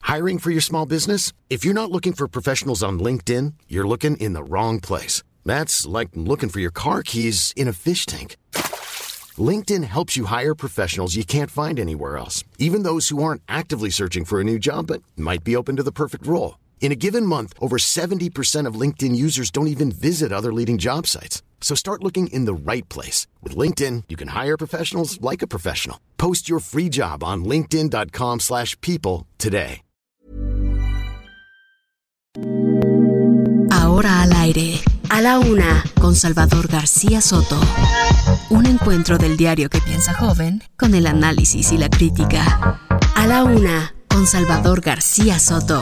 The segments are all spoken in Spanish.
Hiring for your small business? If you're not looking for professionals on LinkedIn, you're looking in the wrong place. That's like looking for your car keys in a fish tank. LinkedIn helps you hire professionals you can't find anywhere else, even those who aren't actively searching for a new job but might be open to the perfect role. In a given month, over 70% of LinkedIn users don't even visit other leading job sites. So start looking in the right place. With LinkedIn, you can hire professionals like a professional. Post your free job on linkedin.com/people today. Ahora al aire, a la una, con Salvador García Soto. Un encuentro del diario que piensa joven con el análisis y la crítica. A la una, con Salvador García Soto.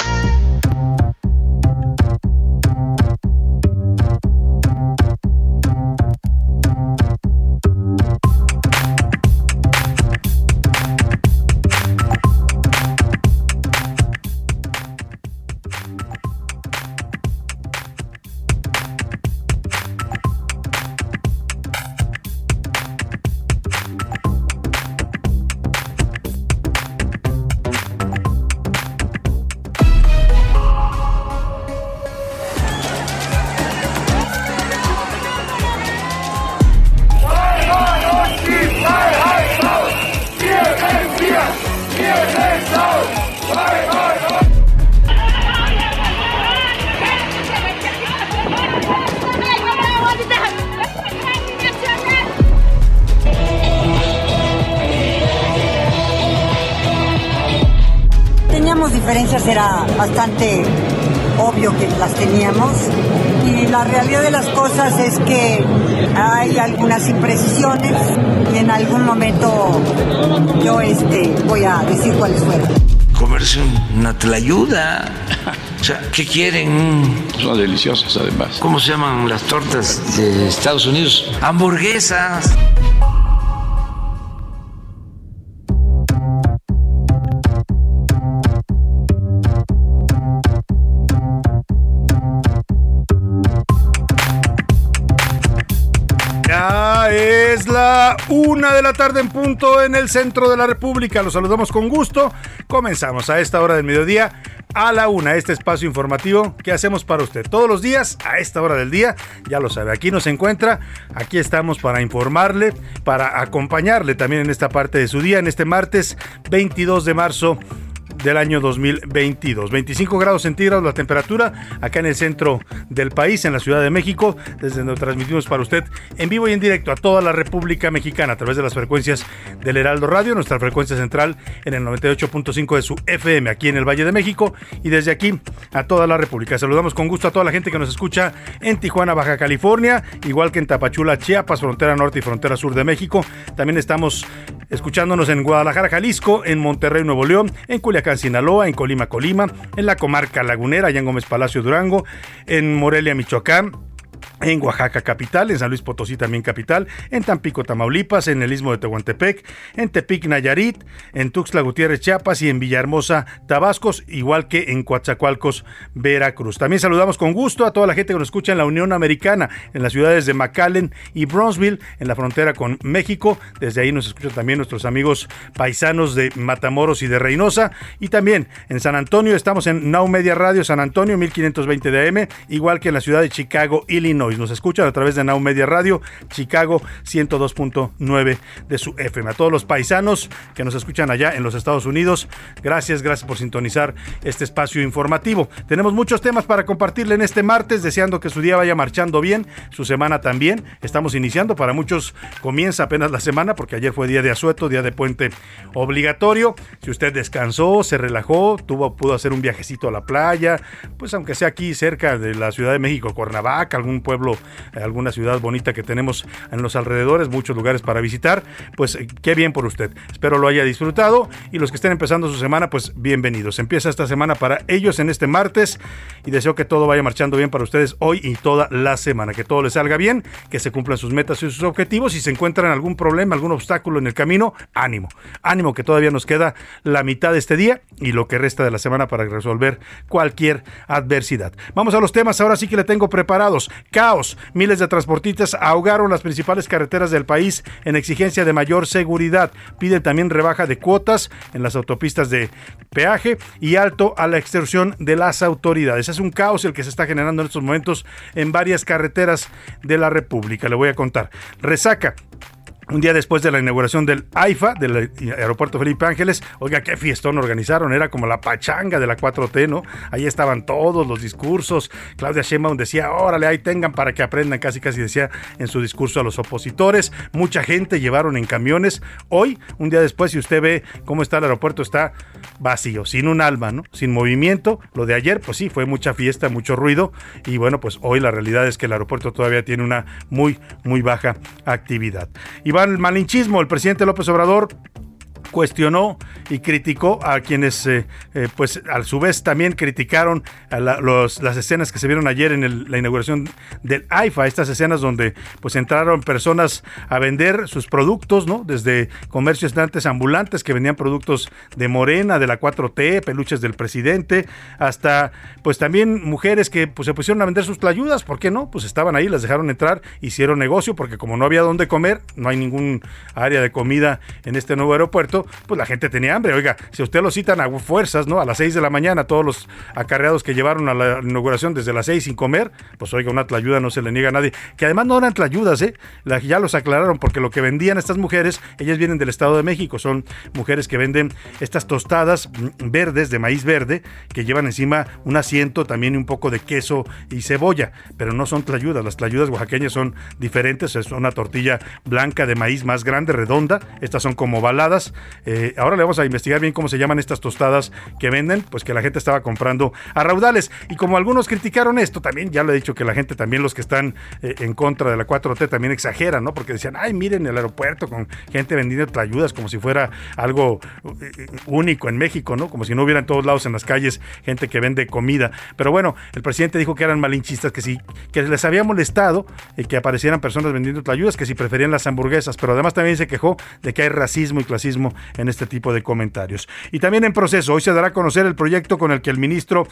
Diferencias era bastante obvio que las teníamos y la realidad de las cosas es que hay algunas imprecisiones y en algún momento yo voy a decir cuáles fueron. Comerse una tlayuda. O sea, ¿qué quieren? Son deliciosas además. ¿Cómo se llaman las tortas de Estados Unidos? Hamburguesas. Es la 1:00 p.m. en punto en el centro de la República. Los saludamos con gusto. Comenzamos a esta hora del mediodía, a la 1:00, este espacio informativo que hacemos para usted todos los días a esta hora del día. Ya lo sabe, aquí nos encuentra, aquí estamos para informarle, para acompañarle también en esta parte de su día, en este martes 22 de marzo del año 2022. 25 grados centígrados la temperatura acá en el centro del país, en la Ciudad de México, desde donde transmitimos para usted en vivo y en directo a toda la República Mexicana a través de las frecuencias del Heraldo Radio, nuestra frecuencia central en el 98.5 de su FM aquí en el Valle de México, y desde aquí a toda la República. Saludamos con gusto a toda la gente que nos escucha en Tijuana, Baja California, igual que en Tapachula, Chiapas, frontera norte y frontera sur de México. También estamos escuchándonos en Guadalajara, Jalisco, en Monterrey, Nuevo León, en Culiacán, Sinaloa, en Colima, en la comarca lagunera, allá en Gómez Palacio, Durango, en Morelia, Michoacán, en Oaxaca capital, en San Luis Potosí también capital, en Tampico, Tamaulipas, en el Istmo de Tehuantepec, en Tepic, Nayarit, en Tuxtla Gutiérrez, Chiapas y en Villahermosa, Tabasco, igual que en Coatzacoalcos, Veracruz. También saludamos con gusto a toda la gente que nos escucha en la Unión Americana, en las ciudades de McAllen y Brownsville, en la frontera con México. Desde ahí nos escuchan también nuestros amigos paisanos de Matamoros y de Reynosa, y también en San Antonio estamos en Now Media Radio San Antonio, 1520 de AM, igual que en la ciudad de Chicago, Illinois. Nos escuchan a través de Now Media Radio Chicago 102.9 de su FM. A todos los paisanos que nos escuchan allá en los Estados Unidos, gracias por sintonizar este espacio informativo. Tenemos muchos temas para compartirle en este martes, deseando que su día vaya marchando bien, su semana también. Estamos iniciando, para muchos comienza apenas la semana, porque ayer fue día de asueto, día de puente obligatorio. Si usted descansó, se relajó, pudo hacer un viajecito a la playa, pues aunque sea aquí cerca de la Ciudad de México, Cuernavaca, algún pueblo, alguna ciudad bonita que tenemos en los alrededores, muchos lugares para visitar, pues qué bien por usted. Espero lo haya disfrutado, y los que estén empezando su semana, pues bienvenidos. Empieza esta semana para ellos en este martes, y deseo que todo vaya marchando bien para ustedes hoy y toda la semana, que todo les salga bien, que se cumplan sus metas y sus objetivos. Si se encuentran algún problema, algún obstáculo en el camino, ánimo, que todavía nos queda la mitad de este día y lo que resta de la semana para resolver cualquier adversidad. Vamos a los temas, ahora sí que le tengo preparados. caos. Miles de transportistas ahogaron las principales carreteras del país en exigencia de mayor seguridad. Piden también rebaja de cuotas en las autopistas de peaje y alto a la extorsión de las autoridades. Es un caos el que se está generando en estos momentos en varias carreteras de la República. Le voy a contar. Resaca. Un día después de la inauguración del AIFA, del aeropuerto Felipe Ángeles, oiga, qué fiestón organizaron, era como la pachanga de la 4T, ¿no? Ahí estaban todos los discursos. Claudia Sheinbaum decía, órale, ahí tengan para que aprendan, casi decía en su discurso a los opositores. Mucha gente llevaron en camiones. Hoy, un día después, si usted ve cómo está el aeropuerto, está vacío, sin un alma, ¿no? Sin movimiento. Lo de ayer, pues sí, fue mucha fiesta, mucho ruido. Y bueno, pues hoy la realidad es que el aeropuerto todavía tiene una muy baja actividad. Y va el malinchismo. El presidente López Obrador cuestionó y criticó a quienes, pues a su vez también criticaron a las escenas que se vieron ayer en la inauguración del AIFA, estas escenas donde pues entraron personas a vender sus productos, ¿no? Desde comercios ambulantes que vendían productos de Morena, de la 4T, peluches del presidente, hasta pues también mujeres que pues se pusieron a vender sus tlayudas. ¿Por qué no? Pues estaban ahí, las dejaron entrar, hicieron negocio, porque como no había dónde comer, no hay ningún área de comida en este nuevo aeropuerto, pues la gente tenía hambre. Oiga, si a usted lo citan a fuerzas, ¿no? A las 6 de la mañana, todos los acarreados que llevaron a la inauguración desde las 6 sin comer, pues oiga, una tlayuda no se le niega a nadie. Que además no eran tlayudas, ya los aclararon, porque lo que vendían estas mujeres, ellas vienen del Estado de México, son mujeres que venden estas tostadas verdes, de maíz verde, que llevan encima un asiento, también un poco de queso y cebolla, pero no son tlayudas. Las tlayudas oaxaqueñas son diferentes, es una tortilla blanca de maíz más grande, redonda, estas son como baladas. Ahora le vamos a investigar bien cómo se llaman estas tostadas que venden, pues que la gente estaba comprando a raudales. Y como algunos criticaron esto, también ya le he dicho que la gente, también los que están en contra de la 4T también exageran, ¿no? Porque decían, ay, miren el aeropuerto con gente vendiendo tlayudas como si fuera algo único en México, ¿no? Como si no hubiera en todos lados en las calles gente que vende comida. Pero bueno, el presidente dijo que eran malinchistas, que les había molestado que aparecieran personas vendiendo tlayudas, que si preferían las hamburguesas, pero además también se quejó de que hay racismo y clasismo en este tipo de comentarios. Y también en proceso, hoy se dará a conocer el proyecto con el que el ministro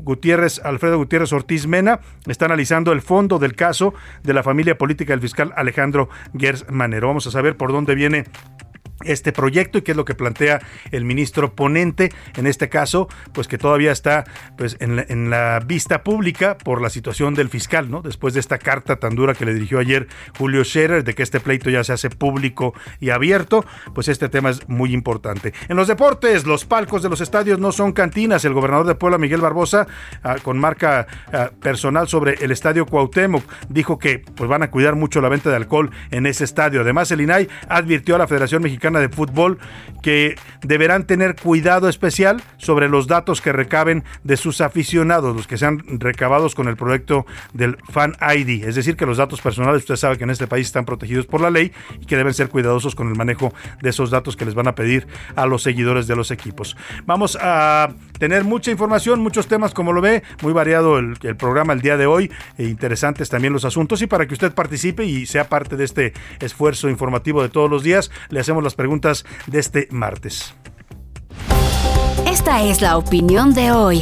Alfredo Gutiérrez Ortiz Mena está analizando el fondo del caso de la familia política del fiscal Alejandro Gers Manero. Vamos a saber por dónde viene este proyecto y qué es lo que plantea el ministro ponente, en este caso, pues que todavía está pues en la vista pública por la situación del fiscal, ¿no? Después de esta carta tan dura que le dirigió ayer Julio Scherer, de que este pleito ya se hace público y abierto, pues este tema es muy importante. En los deportes, los palcos de los estadios no son cantinas. El gobernador de Puebla, Miguel Barbosa, con marca personal sobre el estadio Cuauhtémoc, dijo que pues van a cuidar mucho la venta de alcohol en ese estadio. Además, el INAI advirtió a la Federación Mexicana de Fútbol que deberán tener cuidado especial sobre los datos que recaben de sus aficionados, los que sean recabados con el proyecto del Fan ID, es decir, que los datos personales, usted sabe que en este país están protegidos por la ley y que deben ser cuidadosos con el manejo de esos datos que les van a pedir a los seguidores de los equipos. Vamos a tener mucha información, muchos temas, como lo ve, muy variado el programa el día de hoy, interesantes también los asuntos, y para que usted participe y sea parte de este esfuerzo informativo de todos los días, le hacemos las preguntas de este martes. Esta es la opinión de hoy.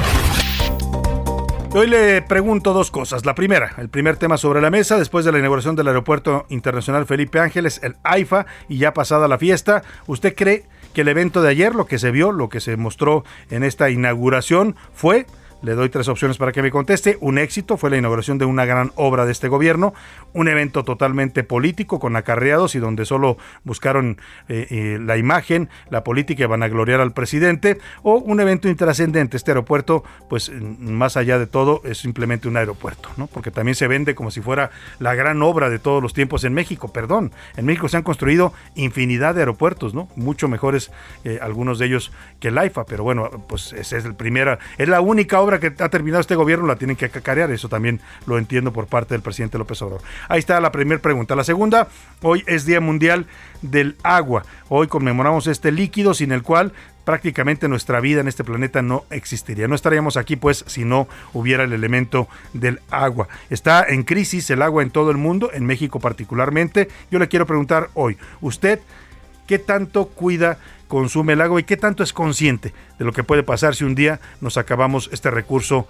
Hoy le pregunto dos cosas. La primera, el primer tema sobre la mesa, después de la inauguración del Aeropuerto Internacional Felipe Ángeles, el AIFA, y ya pasada la fiesta, ¿usted cree que el evento de ayer, lo que se vio, lo que se mostró en esta inauguración, fue? Le doy tres opciones para que me conteste. Un éxito, fue la inauguración de una gran obra de este gobierno. Un evento totalmente político, con acarreados y donde solo buscaron la imagen, la política y vanagloriar al presidente. O un evento intrascendente. Este aeropuerto, pues más allá de todo, es simplemente un aeropuerto, ¿no? Porque también se vende como si fuera la gran obra de todos los tiempos en México. Perdón, en México se han construido infinidad de aeropuertos, ¿no? Mucho mejores algunos de ellos que el AIFA. Pero bueno, pues esa es la única obra que ha terminado este gobierno, la tienen que cacarear. Eso también lo entiendo por parte del presidente López Obrador. Ahí está la primera pregunta. La segunda, hoy es Día Mundial del Agua. Hoy conmemoramos este líquido sin el cual prácticamente nuestra vida en este planeta no existiría. No estaríamos aquí, pues, si no hubiera el elemento del agua. Está en crisis el agua en todo el mundo, en México particularmente. Yo le quiero preguntar hoy, ¿usted qué tanto consume el agua y qué tanto es consciente de lo que puede pasar si un día nos acabamos este recurso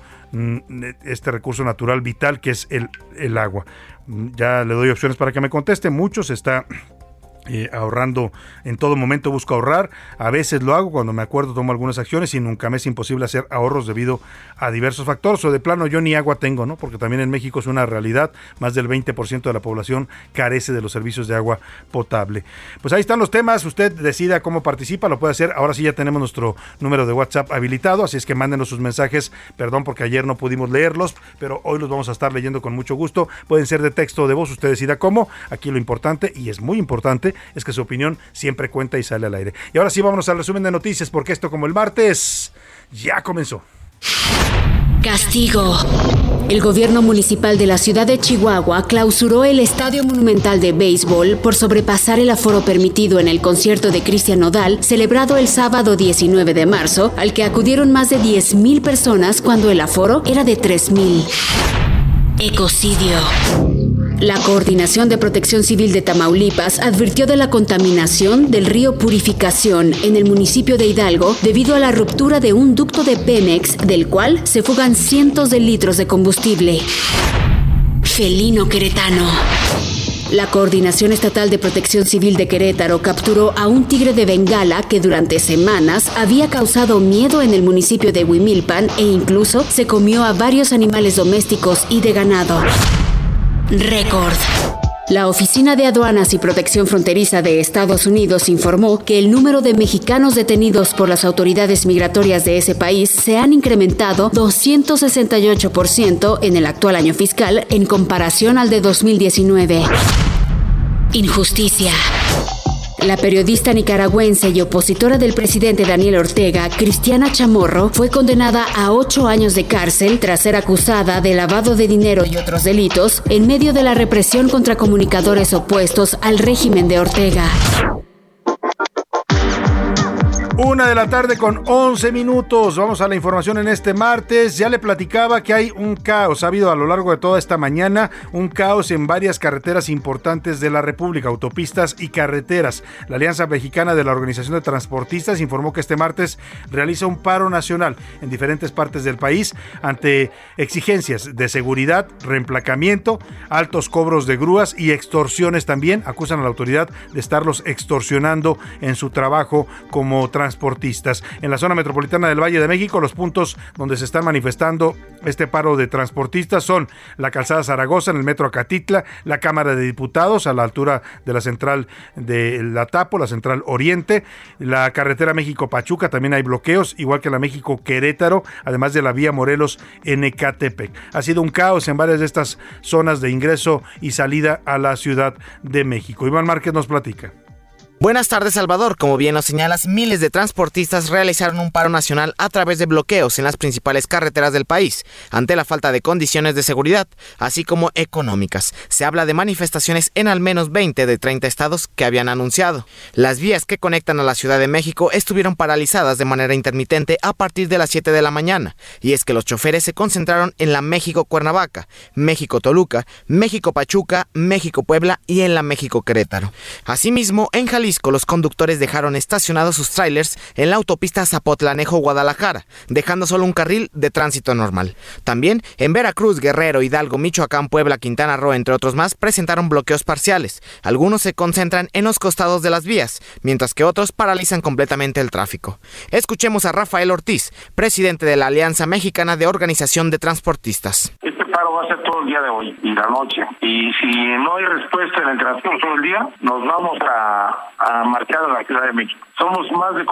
natural vital que es el agua. Ya le doy opciones para que me conteste. Muchos está ahorrando en todo momento, busco ahorrar. A veces lo hago, cuando me acuerdo tomo algunas acciones y nunca me es imposible hacer ahorros debido a diversos factores, o de plano yo ni agua tengo, ¿no? Porque también en México es una realidad, más del 20% de la población carece de los servicios de agua potable. Pues ahí están los temas, usted decida cómo participa, lo puede hacer. Ahora sí ya tenemos nuestro número de WhatsApp habilitado, así es que mándenos sus mensajes. Perdón porque ayer no pudimos leerlos, pero hoy los vamos a estar leyendo con mucho gusto. Pueden ser de texto o de voz, usted decida cómo. Aquí lo importante, y es muy importante, es que su opinión siempre cuenta y sale al aire. Y ahora sí, vámonos al resumen de noticias, porque esto, como el martes, ya comenzó. Castigo. El gobierno municipal de la ciudad de Chihuahua clausuró el Estadio Monumental de Béisbol por sobrepasar el aforo permitido en el concierto de Cristian Nodal, celebrado el sábado 19 de marzo, al que acudieron más de 10,000 personas cuando el aforo era de 3,000. Ecocidio. La Coordinación de Protección Civil de Tamaulipas advirtió de la contaminación del río Purificación en el municipio de Hidalgo debido a la ruptura de un ducto de Pemex, del cual se fugan cientos de litros de combustible. Felino queretano. La Coordinación Estatal de Protección Civil de Querétaro capturó a un tigre de Bengala que durante semanas había causado miedo en el municipio de Huimilpan e incluso se comió a varios animales domésticos y de ganado. Récord. La Oficina de Aduanas y Protección Fronteriza de Estados Unidos informó que el número de mexicanos detenidos por las autoridades migratorias de ese país se han incrementado 268% en el actual año fiscal en comparación al de 2019. Injusticia. La periodista nicaragüense y opositora del presidente Daniel Ortega, Cristiana Chamorro, fue condenada a 8 años de cárcel tras ser acusada de lavado de dinero y otros delitos en medio de la represión contra comunicadores opuestos al régimen de Ortega. 1:11 p.m. Vamos a la información en este martes. Ya le platicaba que hay un caos. Ha habido a lo largo de toda esta mañana un caos en varias carreteras importantes de la República, autopistas y carreteras. La Alianza Mexicana de la Organización de Transportistas informó que este martes realiza un paro nacional en diferentes partes del país ante exigencias de seguridad, reemplacamiento, altos cobros de grúas y extorsiones también. Acusan a la autoridad de estarlos extorsionando en su trabajo como transportistas. En la zona metropolitana del Valle de México, los puntos donde se están manifestando este paro de transportistas son la Calzada Zaragoza, en el Metro Acatitla, la Cámara de Diputados, a la altura de la central de la Tapo, la central Oriente, la carretera México-Pachuca, también hay bloqueos, igual que la México-Querétaro, además de la vía Morelos en Ecatepec. Ha sido un caos en varias de estas zonas de ingreso y salida a la Ciudad de México. Iván Márquez nos platica. Buenas tardes, Salvador. Como bien lo señalas, miles de transportistas realizaron un paro nacional a través de bloqueos en las principales carreteras del país, ante la falta de condiciones de seguridad, así como económicas. Se habla de manifestaciones en al menos 20 de 30 estados que habían anunciado. Las vías que conectan a la Ciudad de México estuvieron paralizadas de manera intermitente a partir de las 7 de la mañana, y es que los choferes se concentraron en la México-Cuernavaca, México-Toluca, México-Pachuca, México-Puebla y en la México-Querétaro. Asimismo, en Jalisco, los conductores dejaron estacionados sus trailers en la autopista Zapotlanejo-Guadalajara, dejando solo un carril de tránsito normal. También en Veracruz, Guerrero, Hidalgo, Michoacán, Puebla, Quintana Roo, entre otros más, presentaron bloqueos parciales. Algunos se concentran en los costados de las vías, mientras que otros paralizan completamente el tráfico. Escuchemos a Rafael Ortiz, presidente de la Alianza Mexicana de Organización de Transportistas. Este paro va a ser todo el día de hoy y la noche. Y si no hay respuesta en el transcurso del día, nos vamos a marchar a la Ciudad de México. Somos más de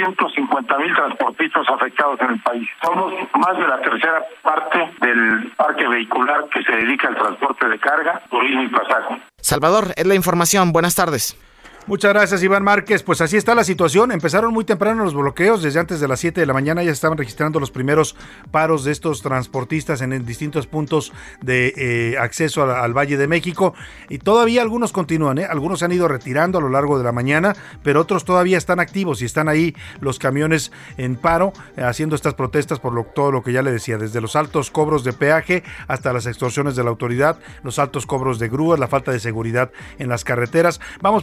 450,000 transportistas afectados en el país. Somos más de la tercera parte del parque vehicular que se dedica al transporte de carga, turismo y pasaje. Salvador, es la información. Buenas tardes. Muchas gracias, Iván Márquez. Pues así está la situación. Empezaron muy temprano los bloqueos. Desde antes de las 7 de la mañana ya estaban registrando los primeros paros de estos transportistas en distintos puntos de acceso al Valle de México. Y todavía algunos continúan, Algunos se han ido retirando a lo largo de la mañana, pero otros todavía están activos y están ahí los camiones en paro, haciendo estas protestas por todo lo que ya le decía, desde los altos cobros de peaje hasta las extorsiones de la autoridad, los altos cobros de grúas, la falta de seguridad en las carreteras. Vamos precisamente a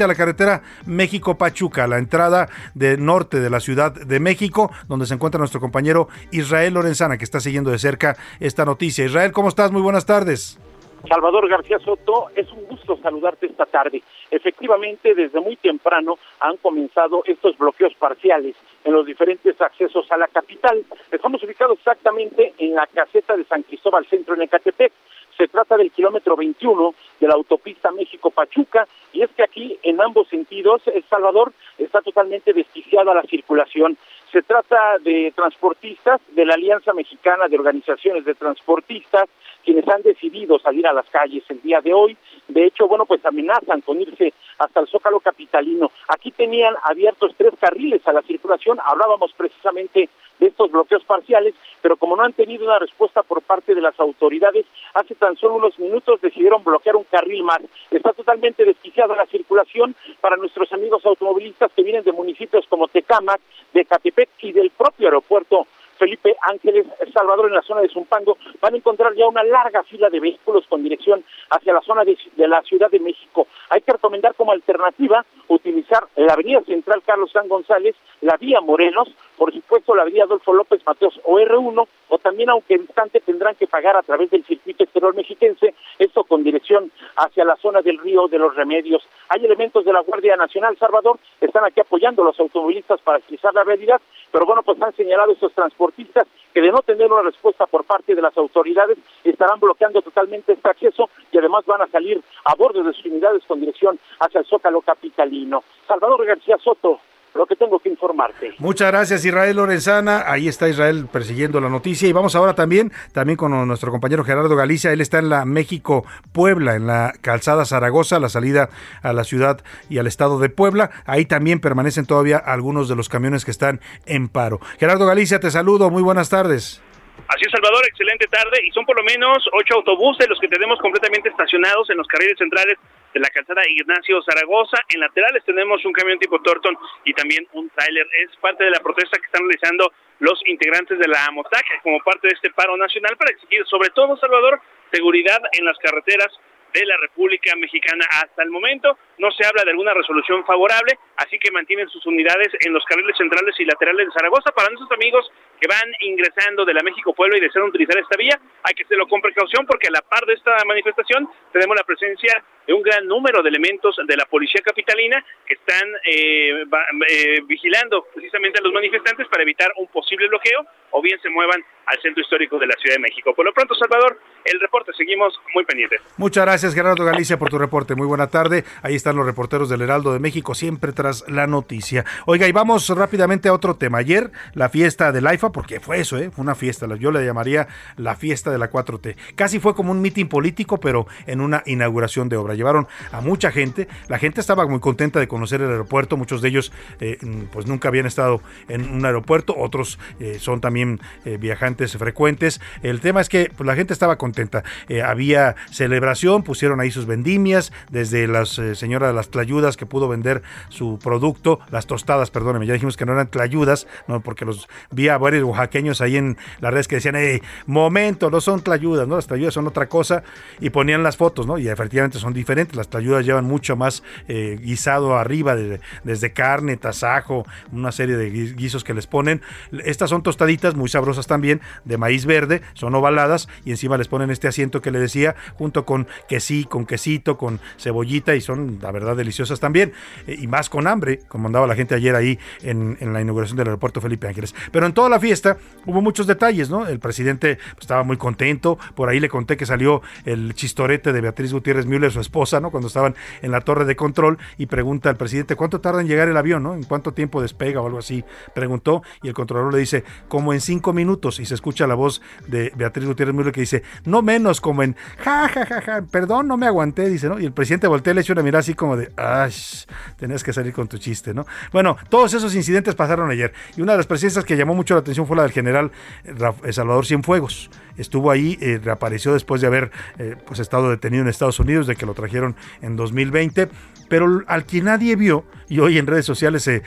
la carretera México-Pachuca, la entrada de norte de la Ciudad de México, donde se encuentra nuestro compañero Israel Lorenzana, que está siguiendo de cerca esta noticia. Israel, ¿cómo estás? Muy buenas tardes. Salvador García Soto, es un gusto saludarte esta tarde. Efectivamente, desde muy temprano han comenzado estos bloqueos parciales en los diferentes accesos a la capital. Estamos ubicados exactamente en la caseta de San Cristóbal Centro en Ecatepec. Se trata del kilómetro 21 de la autopista México-Pachuca, y es que aquí en ambos sentidos, El Salvador, está totalmente desquiciada la circulación. Se trata de transportistas de la Alianza Mexicana de Organizaciones de Transportistas, quienes han decidido salir a las calles el día de hoy. De hecho, pues amenazan con irse hasta el Zócalo capitalino. Aquí tenían abiertos 3 carriles a la circulación. Hablábamos precisamente de estos bloqueos parciales, pero como no han tenido una respuesta por parte de las autoridades, hace tan solo unos minutos decidieron bloquear un carril más. Está totalmente desquiciada la circulación para nuestros amigos automovilistas que vienen de municipios como Tecámac, de Ecatepec y del propio aeropuerto Felipe Ángeles Salvador en la zona de Zumpango. Van a encontrar ya una larga fila de vehículos con dirección hacia la zona de la Ciudad de México. Hay que recomendar como alternativa utilizar la avenida central Carlos San González, la vía Morelos, por supuesto la avenida Adolfo López Mateos o R1, o también, aunque distante, tendrán que pagar a través del circuito exterior mexiquense, esto con dirección hacia la zona del Río de los Remedios. Hay elementos de la Guardia Nacional, Salvador, están aquí apoyando a los automovilistas para agilizar la realidad, pero pues han señalado estos transportistas que de no tener una respuesta por parte de las autoridades estarán bloqueando totalmente este acceso y además van a salir a bordo de sus unidades con dirección hacia el Zócalo capitalino. Salvador García Soto, lo que tengo que informarte. Muchas gracias, Israel Lorenzana. Ahí está Israel persiguiendo la noticia. Y vamos ahora también con nuestro compañero Gerardo Galicia. Él está en la México-Puebla, en la calzada Zaragoza, la salida a la ciudad y al estado de Puebla. Ahí también permanecen todavía algunos de los camiones que están en paro. Gerardo Galicia, te saludo. Muy buenas tardes. Así es, Salvador, excelente tarde, y son por lo menos 8 autobuses los que tenemos completamente estacionados en los carriles centrales de la calzada Ignacio Zaragoza. En laterales tenemos un camión tipo Torton y también un tráiler. Es parte de la protesta que están realizando los integrantes de la AMOTAC como parte de este paro nacional para exigir, sobre todo, Salvador, seguridad en las carreteras de la República Mexicana. Hasta el momento no se habla de alguna resolución favorable, así que mantienen sus unidades en los carriles centrales y laterales de Zaragoza. Para nuestros amigos que van ingresando de la México-Puebla y desean utilizar esta vía, hay que hacerlo con precaución, porque a la par de esta manifestación tenemos la presencia de un gran número de elementos de la policía capitalina que están vigilando precisamente a los manifestantes para evitar un posible bloqueo, o bien se muevan al centro histórico de la Ciudad de México. Por lo pronto, Salvador, el reporte, seguimos muy pendientes. Muchas gracias, Gerardo Galicia, por tu reporte. Muy buena tarde. Ahí están los reporteros del Heraldo de México, siempre tras la noticia. Oiga, y vamos rápidamente a otro tema. Ayer, la fiesta del AIFA, porque fue eso, fue una fiesta, yo le llamaría la fiesta de la 4T. Casi fue como un mitin político, pero en una inauguración de obra. Llevaron a mucha gente. La gente estaba muy contenta de conocer el aeropuerto. Muchos de ellos pues nunca habían estado en un aeropuerto. Otros son también viajantes frecuentes. El tema es que pues, la gente estaba contenta. Había celebración, pusieron ahí sus vendimias, desde las señora de las tlayudas que pudo vender su producto, las tostadas, perdóneme, ya dijimos que no eran tlayudas, no, porque los vi a varios oaxaqueños ahí en las redes que decían, momento, no son tlayudas, ¿no? Las tlayudas son otra cosa, y ponían las fotos, ¿no? Y efectivamente son diferentes. Las tlayudas llevan mucho más guisado arriba, desde carne, tasajo, una serie de guisos que les ponen. Estas son tostaditas muy sabrosas también, de maíz verde, son ovaladas, y encima les ponen este asiento que le decía, junto con quesito, con cebollita, y son la verdad deliciosas también, y más con hambre, como andaba la gente ayer ahí en la inauguración del aeropuerto Felipe Ángeles. Pero en toda la fiesta hubo muchos detalles, ¿no? El presidente pues, estaba muy contento. Por ahí le conté que salió el chistorete de Beatriz Gutiérrez Müller, su esposa, ¿no? Cuando estaban en la torre de control, y pregunta al presidente, ¿cuánto tarda en llegar el avión, no? ¿En cuánto tiempo despega o algo así? Preguntó, y el controlador le dice, como en 5 minutos, y se escucha la voz de Beatriz Gutiérrez Müller que dice, no menos, como en ja, perdón, no me aguanté, dice, ¿no? Y el presidente voltea y le echa una mirada así como de, tenés que salir con tu chiste, ¿no? Bueno, todos esos incidentes pasaron ayer, y una de las presencias que llamó mucho la atención fue la del general Salvador Cienfuegos. Estuvo ahí, reapareció después de haber pues estado detenido en Estados Unidos, de que lo trajeron en 2020, pero al que nadie vio, y hoy en redes sociales se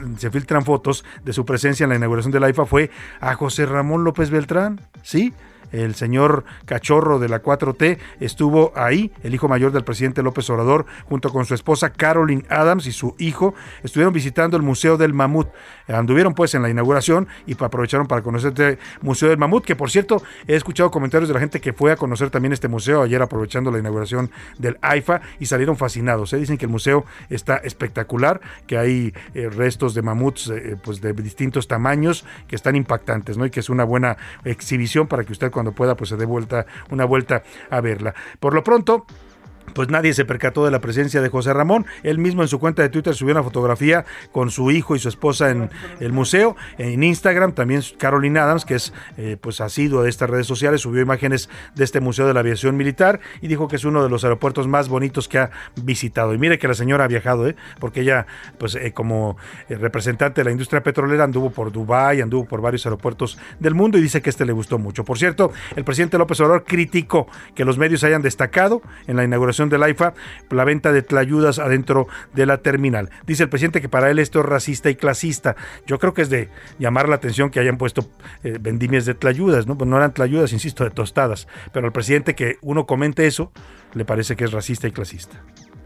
filtran fotos de su presencia en la inauguración de la AIFA, fue a José Ramón López Beltrán, ¿sí? el señor cachorro de la 4T, estuvo ahí, el hijo mayor del presidente López Obrador, junto con su esposa Caroline Adams y su hijo, estuvieron visitando el Museo del Mamut. Anduvieron pues en la inauguración y aprovecharon para conocer este Museo del Mamut, que por cierto, he escuchado comentarios de la gente que fue a conocer también este museo ayer aprovechando la inauguración del AIFA y salieron fascinados. Dicen que el museo está espectacular, que hay restos de mamuts pues de distintos tamaños que están impactantes, ¿no? Y que es una buena exhibición para que usted cuando pueda pues se dé una vuelta a verla. Por lo pronto, pues nadie se percató de la presencia de José Ramón. Él mismo en su cuenta de Twitter subió una fotografía con su hijo y su esposa en el museo. En Instagram también Caroline Adams, que es pues asiduo de estas redes sociales, subió imágenes de este Museo de la Aviación Militar y dijo que es uno de los aeropuertos más bonitos que ha visitado. Y mire que la señora ha viajado, porque ella pues como representante de la industria petrolera anduvo por Dubái, anduvo por varios aeropuertos del mundo y dice que le gustó mucho. Por cierto, el presidente López Obrador criticó que los medios hayan destacado en la inauguración del AIFA la venta de tlayudas adentro de la terminal. Dice el presidente que para él esto es racista y clasista. Yo creo que es de llamar la atención que hayan puesto vendimias de tlayudas, ¿no? Pues no eran tlayudas, insisto, de tostadas. Pero al presidente que uno comente eso, le parece que es racista y clasista.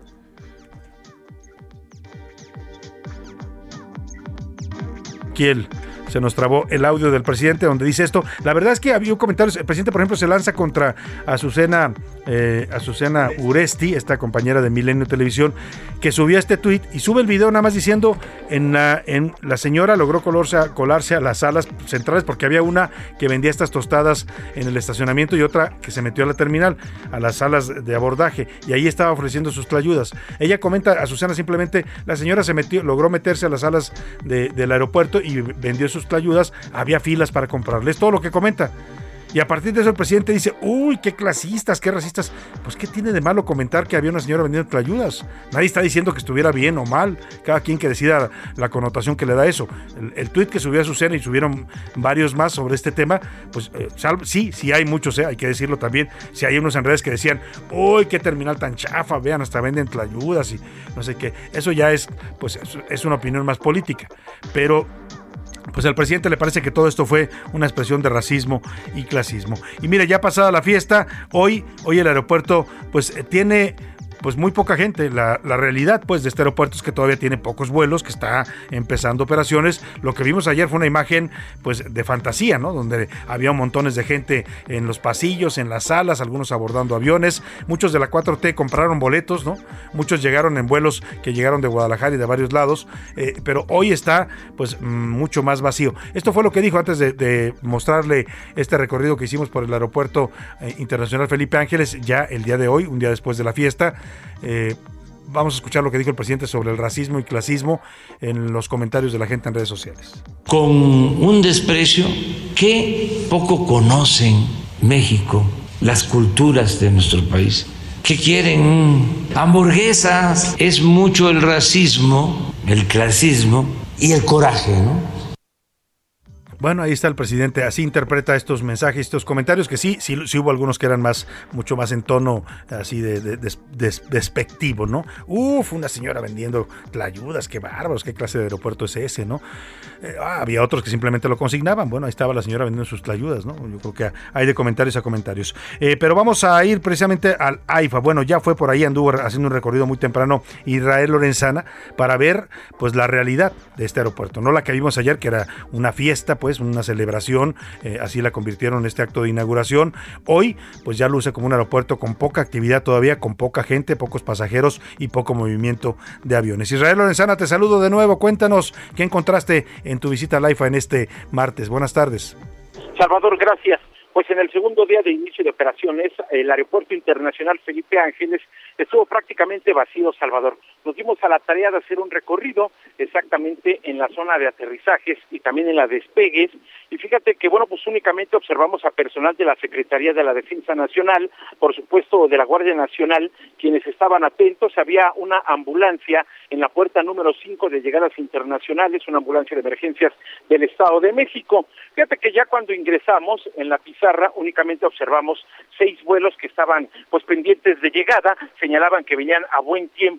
Kiel. Se nos trabó el audio del presidente donde dice esto. La verdad es que había comentarios. El presidente, por ejemplo, se lanza contra Azucena Uresti, esta compañera de Milenio Televisión, que subió este tuit y sube el video nada más diciendo la señora logró colarse a las salas centrales porque había una que vendía estas tostadas en el estacionamiento y otra que se metió a la terminal, a las salas de abordaje, y ahí estaba ofreciendo sus tlayudas. Ella comenta, Azucena, simplemente, la señora logró meterse a las salas del aeropuerto y vendió sus tlayudas, había filas para comprarles, todo lo que comenta. Y a partir de eso el presidente dice, uy, qué clasistas, qué racistas. Pues qué tiene de malo comentar que había una señora vendiendo tlayudas. Nadie está diciendo que estuviera bien o mal, cada quien que decida la connotación que le da eso. El tuit que subió a Azucena y subieron varios más sobre este tema, pues sí hay muchos, hay que decirlo también. Si hay unos en redes que decían, uy, qué terminal tan chafa, vean, hasta venden tlayudas y no sé qué. Eso ya es una opinión más política, pero pues al presidente le parece que todo esto fue una expresión de racismo y clasismo. Y mire, ya pasada la fiesta, hoy el aeropuerto pues tiene pues muy poca gente. La realidad pues de este aeropuerto es que todavía tiene pocos vuelos, que está empezando operaciones. Lo que vimos ayer fue una imagen pues de fantasía, ¿no? Donde había montones de gente en los pasillos, en las salas, algunos abordando aviones. Muchos de la 4T compraron boletos, ¿no? Muchos llegaron en vuelos que llegaron de Guadalajara y de varios lados, pero hoy está pues mucho más vacío. Esto fue lo que dijo antes de mostrarle este recorrido que hicimos por el aeropuerto internacional Felipe Ángeles, ya el día de hoy, un día después de la fiesta. Vamos a escuchar lo que dijo el presidente sobre el racismo y clasismo en los comentarios de la gente en redes sociales. Con un desprecio que poco conocen México, las culturas de nuestro país. ¿Qué quieren? Hamburguesas. Es mucho el racismo, el clasismo y el coraje, ¿no? Bueno, ahí está el presidente, así interpreta estos mensajes, estos comentarios, que sí hubo algunos que eran mucho más en tono así de despectivo, ¿no? Una señora vendiendo tlayudas, qué bárbaros, qué clase de aeropuerto es ese, ¿no? Había otros que simplemente lo consignaban. Bueno, ahí estaba la señora vendiendo sus tlayudas, ¿no? Yo creo que hay de comentarios a comentarios. Pero vamos a ir precisamente al AIFA. Bueno, ya fue por ahí, anduvo haciendo un recorrido muy temprano Israel Lorenzana para ver pues la realidad de este aeropuerto, no la que vimos ayer, que era una fiesta, pues una celebración, así la convirtieron en este acto de inauguración. Hoy pues ya luce como un aeropuerto con poca actividad todavía, con poca gente, pocos pasajeros y poco movimiento de aviones. Israel Lorenzana, te saludo de nuevo, cuéntanos qué encontraste en tu visita al AIFA en este martes. Buenas tardes. Salvador, gracias. Pues en el segundo día de inicio de operaciones, el Aeropuerto Internacional Felipe Ángeles estuvo prácticamente vacío, Salvador. Nos dimos a la tarea de hacer un recorrido exactamente en la zona de aterrizajes y también en la despegues. Y fíjate que, pues únicamente observamos a personal de la Secretaría de la Defensa Nacional, por supuesto de la Guardia Nacional, quienes estaban atentos. Había una ambulancia en la puerta número 5 de llegadas internacionales, una ambulancia de emergencias del Estado de México. Fíjate que ya cuando ingresamos en la pizarra únicamente observamos 6 vuelos que estaban pues pendientes de llegada, señalaban que venían a buen tiempo y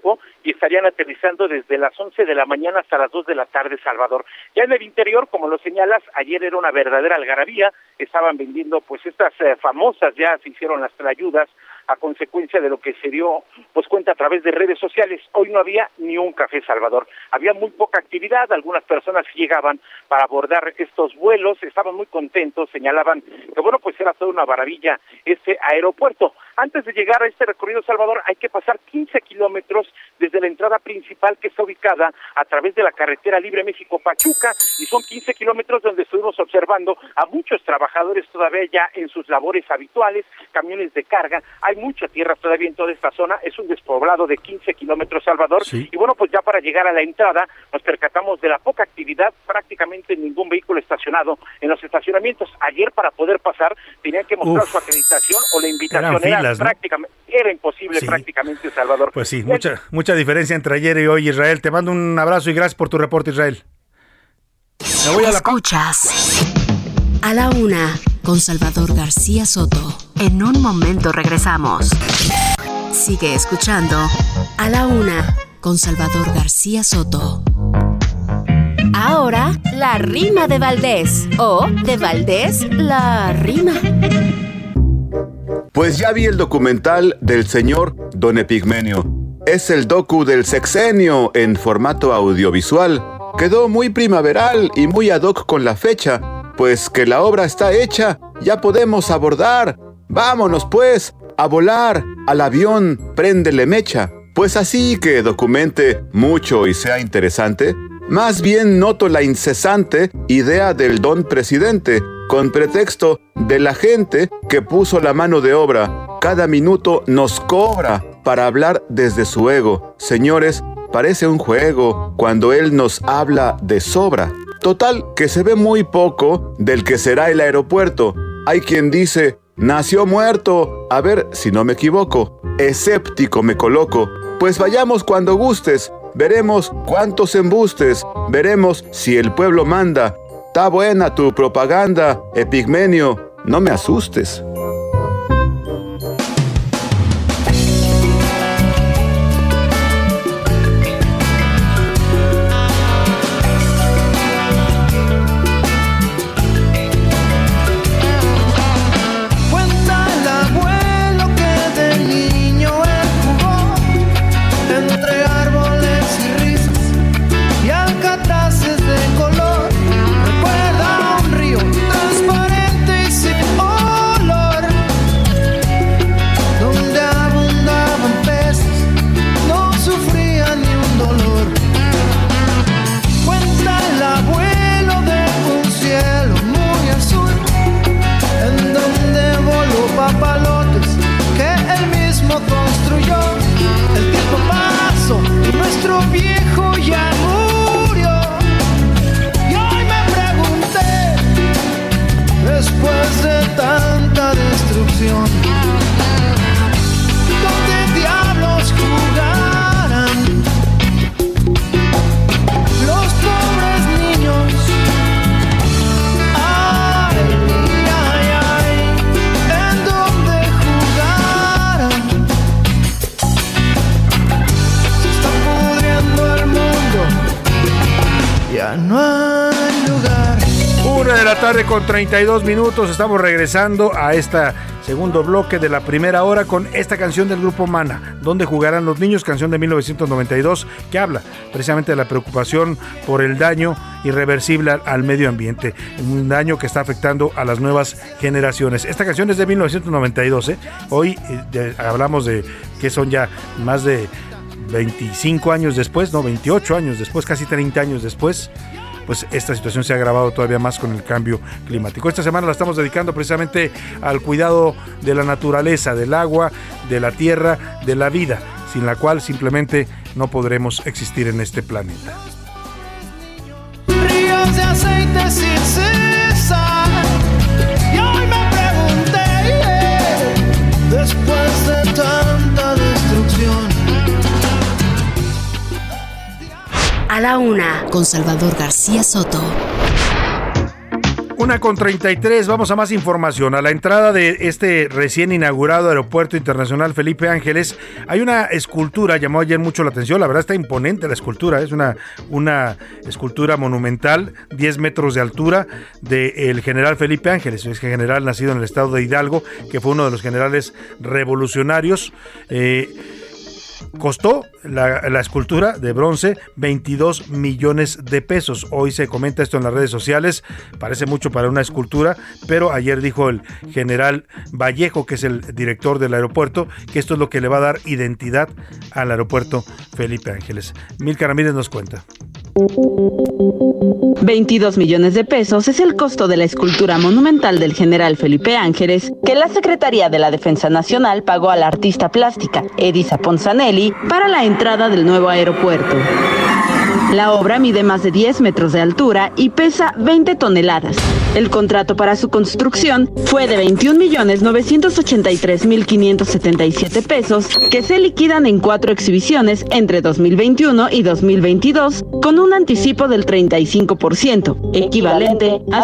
y estarían aterrizando desde las 11 de la mañana hasta las 2 de la tarde, Salvador. Ya en el interior, como lo señalas, ayer era una verdadera algarabía, estaban vendiendo pues estas famosas, ya se hicieron las trayudas a consecuencia de lo que se dio pues cuenta a través de redes sociales. Hoy no había ni un café, Salvador. Había muy poca actividad, algunas personas llegaban para abordar estos vuelos, estaban muy contentos, señalaban que bueno, pues era toda una maravilla este aeropuerto. Antes de llegar a este recorrido, Salvador, hay que pasar 15 kilómetros desde la entrada principal que está ubicada a través de la carretera Libre México-Pachuca, y son 15 kilómetros donde estuvimos observando a muchos trabajadores todavía ya en sus labores habituales, camiones de carga. Hay mucha tierra todavía en toda esta zona, es un despoblado de 15 kilómetros, Salvador, sí. Y bueno, pues ya para llegar a la entrada nos percatamos de la poca actividad, prácticamente ningún vehículo estacionado en los estacionamientos. Ayer para poder pasar tenían que mostrar su acreditación o la invitación era prácticamente, era imposible prácticamente, Salvador. Pues sí, mucha diferencia entre ayer y hoy, Israel. Te mando un abrazo y gracias por tu reporte, Israel. Me voy a Escuchas A la Una con Salvador García Soto. En un momento regresamos. Sigue escuchando A la Una con Salvador García Soto. Ahora, la rima de Valdés. O de Valdés, la rima. Pues ya vi el documental del señor Don Epigmenio. Es el docu del sexenio en formato audiovisual. Quedó muy primaveral y muy ad hoc con la fecha. Pues que la obra está hecha, ya podemos abordar. Vámonos pues, a volar, al avión, préndele mecha. Pues así que documente mucho y sea interesante. Más bien noto la incesante idea del don presidente, con pretexto de la gente que puso la mano de obra. Cada minuto nos cobra para hablar desde su ego. Señores, parece un juego cuando él nos habla de sobra. Total, que se ve muy poco del que será el aeropuerto. Hay quien dice, nació muerto. A ver si no me equivoco. Escéptico me coloco. Pues vayamos cuando gustes. Veremos cuántos embustes. Veremos si el pueblo manda. Está buena tu propaganda, Epigmenio. No me asustes. Con 32 minutos estamos regresando a este segundo bloque de la primera hora con esta canción del grupo Mana, Donde jugarán los niños, canción de 1992 que habla precisamente de la preocupación por el daño irreversible al medio ambiente, un daño que está afectando a las nuevas generaciones. Esta canción es de 1992, hoy hablamos de que son ya más de 25 años después, 28 años después, casi 30 años después. Pues esta situación se ha agravado todavía más con el cambio climático. Esta semana la estamos dedicando precisamente al cuidado de la naturaleza, del agua, de la tierra, de la vida, sin la cual simplemente no podremos existir en este planeta. Ríos de aceite sin cesar, y hoy me pregunté, después de tanta destrucción. A la Una con Salvador García Soto. 1:33, vamos a más información. A la entrada de este recién inaugurado Aeropuerto Internacional Felipe Ángeles hay una escultura, llamó ayer mucho la atención, la verdad está imponente la escultura, es una escultura monumental, 10 metros de altura, del general Felipe Ángeles, es general nacido en el estado de Hidalgo, que fue uno de los generales revolucionarios. Costó la escultura de bronce 22 millones de pesos. Hoy se comenta esto en las redes sociales, parece mucho para una escultura, pero ayer dijo el general Vallejo, que es el director del aeropuerto, que esto es lo que le va a dar identidad al aeropuerto Felipe Ángeles. Milka Ramírez nos cuenta. 22 millones de pesos es el costo de la escultura monumental del general Felipe Ángeles, que la Secretaría de la Defensa Nacional pagó a la artista plástica Edisa Ponzanelli para la entrada del nuevo aeropuerto. La obra mide más de 10 metros de altura y pesa 20 toneladas. El contrato para su construcción fue de 21.983.577 pesos, que se liquidan en 4 exhibiciones entre 2021 y 2022, con un anticipo del 35%, equivalente a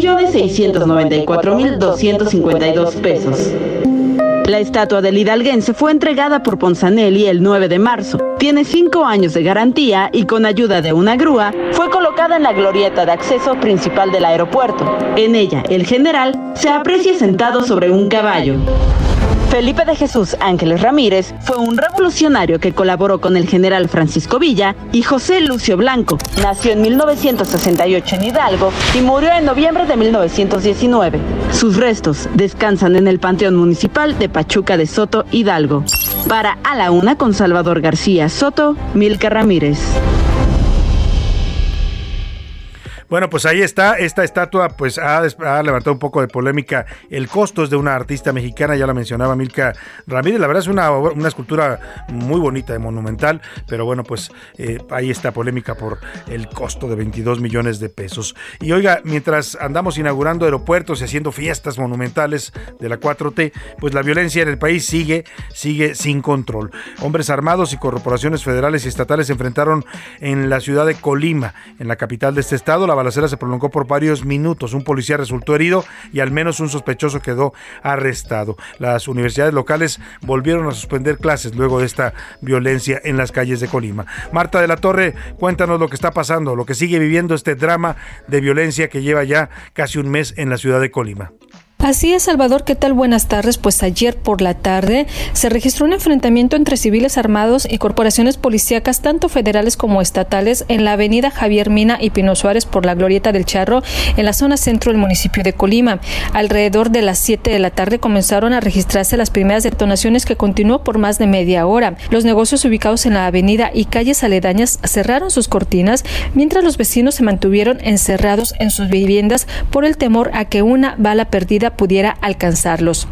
7.694.252 pesos. La estatua del hidalguense fue entregada por Ponzanelli el 9 de marzo. Tiene 5 años de garantía y con ayuda de una grúa fue colocada en la glorieta de acceso principal del aeropuerto. En ella, el general se aprecia sentado sobre un caballo. Felipe de Jesús Ángeles Ramírez fue un revolucionario que colaboró con el general Francisco Villa y José Lucio Blanco. Nació en 1968 en Hidalgo y murió en noviembre de 1919. Sus restos descansan en el Panteón Municipal de Pachuca de Soto, Hidalgo. Para A la Una con Salvador García Soto, Milka Ramírez. Bueno, pues ahí está, esta estatua pues ha levantado un poco de polémica. El costo es de una artista mexicana, ya la mencionaba Milka Ramírez, la verdad es una escultura muy bonita, monumental, pero bueno, pues ahí está polémica por el costo de 22 millones de pesos. Y oiga, mientras andamos inaugurando aeropuertos y haciendo fiestas monumentales de la 4T, pues la violencia en el país sigue sin control. Hombres armados y corporaciones federales y estatales se enfrentaron en la ciudad de Colima, en la capital de este estado. La balacera se prolongó por varios minutos. Un policía resultó herido y al menos un sospechoso quedó arrestado. Las universidades locales volvieron a suspender clases luego de esta violencia en las calles de Colima. Marta de la Torre, cuéntanos lo que está pasando, lo que sigue viviendo este drama de violencia que lleva ya casi un mes en la ciudad de Colima. Así es, Salvador, ¿qué tal? Buenas tardes. Pues ayer por la tarde se registró un enfrentamiento entre civiles armados y corporaciones policíacas, tanto federales como estatales, en la avenida Javier Mina y Pino Suárez por la Glorieta del Charro, en la zona centro del municipio de Colima. Alrededor de las 7 de la tarde comenzaron a registrarse las primeras detonaciones, que continuó por más de media hora. Los negocios ubicados en la avenida y calles aledañas cerraron sus cortinas, mientras los vecinos se mantuvieron encerrados en sus viviendas por el temor a que una bala perdida pudiera alcanzarlos.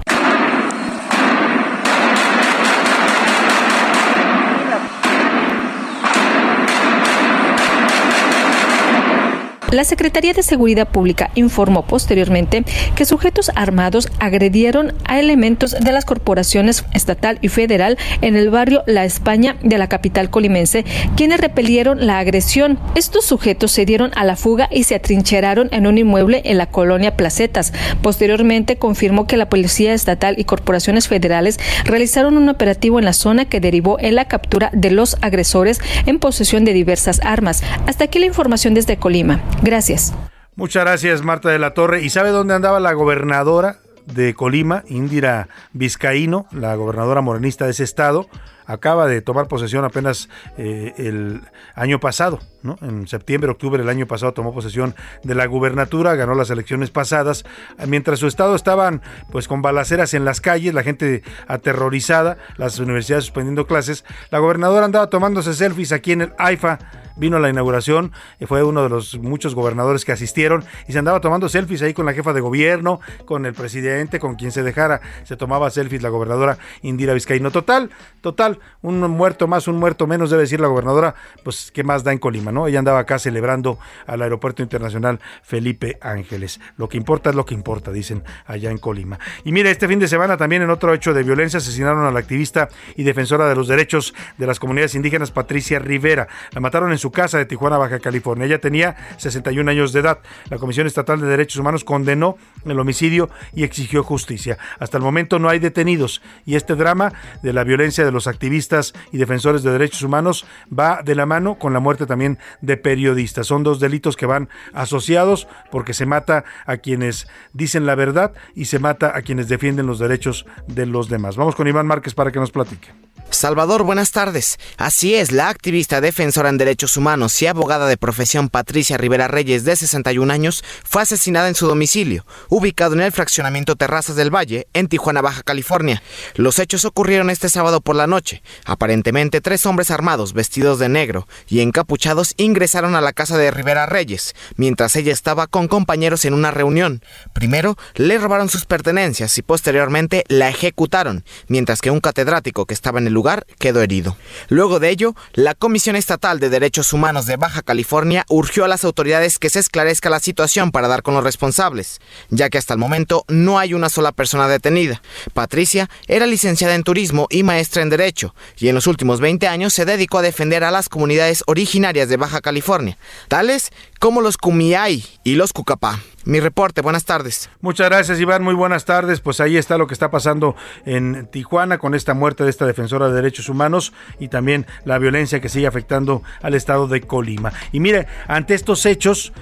La Secretaría de Seguridad Pública informó posteriormente que sujetos armados agredieron a elementos de las corporaciones estatal y federal en el barrio La España de la capital colimense, quienes repelieron la agresión. Estos sujetos se dieron a la fuga y se atrincheraron en un inmueble en la colonia Placetas. Posteriormente confirmó que la Policía Estatal y corporaciones federales realizaron un operativo en la zona que derivó en la captura de los agresores en posesión de diversas armas. Hasta aquí la información desde Colima. Gracias. Muchas gracias, Marta de la Torre. ¿Y sabe dónde andaba la gobernadora de Colima, Indira Vizcaíno, la gobernadora morenista de ese estado? Acaba de tomar posesión apenas el año pasado, ¿no? En septiembre, octubre del año pasado tomó posesión de la gubernatura, ganó las elecciones pasadas, mientras su estado estaban pues con balaceras en las calles, la gente aterrorizada, las universidades suspendiendo clases. La gobernadora andaba tomándose selfies aquí en el AIFA. Vino a la inauguración, fue uno de los muchos gobernadores que asistieron y se andaba tomando selfies ahí con la jefa de gobierno, con el presidente, con quien se dejara, se tomaba selfies la gobernadora Indira Vizcaíno. Total, un muerto más, un muerto menos, debe decir la gobernadora, pues qué más da en Colima, ¿no? Ella andaba acá celebrando al Aeropuerto Internacional Felipe Ángeles. Lo que importa es lo que importa, dicen allá en Colima. Y mire, este fin de semana también en otro hecho de violencia asesinaron a la activista y defensora de los derechos de las comunidades indígenas Patricia Rivera. La mataron en su casa de Tijuana, Baja California. Ella tenía 61 años de edad. La Comisión Estatal de Derechos Humanos condenó el homicidio y exigió justicia. Hasta el momento no hay detenidos y este drama de la violencia de los activistas y defensores de derechos humanos va de la mano con la muerte también de periodistas. Son dos delitos que van asociados porque se mata a quienes dicen la verdad y se mata a quienes defienden los derechos de los demás. Vamos con Iván Márquez para que nos platique. Salvador, buenas tardes. Así es, la activista defensora en derechos humanos y abogada de profesión Patricia Rivera Reyes, de 61 años, fue asesinada en su domicilio, ubicado en el fraccionamiento Terrazas del Valle, en Tijuana, Baja California. Los hechos ocurrieron este sábado por la noche. Aparentemente, 3 hombres armados, vestidos de negro y encapuchados, ingresaron a la casa de Rivera Reyes, mientras ella estaba con compañeros en una reunión. Primero, le robaron sus pertenencias y posteriormente la ejecutaron, mientras que un catedrático que estaba en el lugar quedó herido. Luego de ello, la Comisión Estatal de Derechos Humanos de Baja California urgió a las autoridades que se esclarezca la situación para dar con los responsables, ya que hasta el momento no hay una sola persona detenida. Patricia era licenciada en turismo y maestra en Derecho, y en los últimos 20 años se dedicó a defender a las comunidades originarias de Baja California, tales como los Kumeyaay y los Cucapá. Mi reporte, buenas tardes. Muchas gracias, Iván, muy buenas tardes. Pues ahí está lo que está pasando en Tijuana con esta muerte de esta defensora de derechos humanos y también la violencia que sigue afectando al estado de Colima. Y mire, ante estos hechos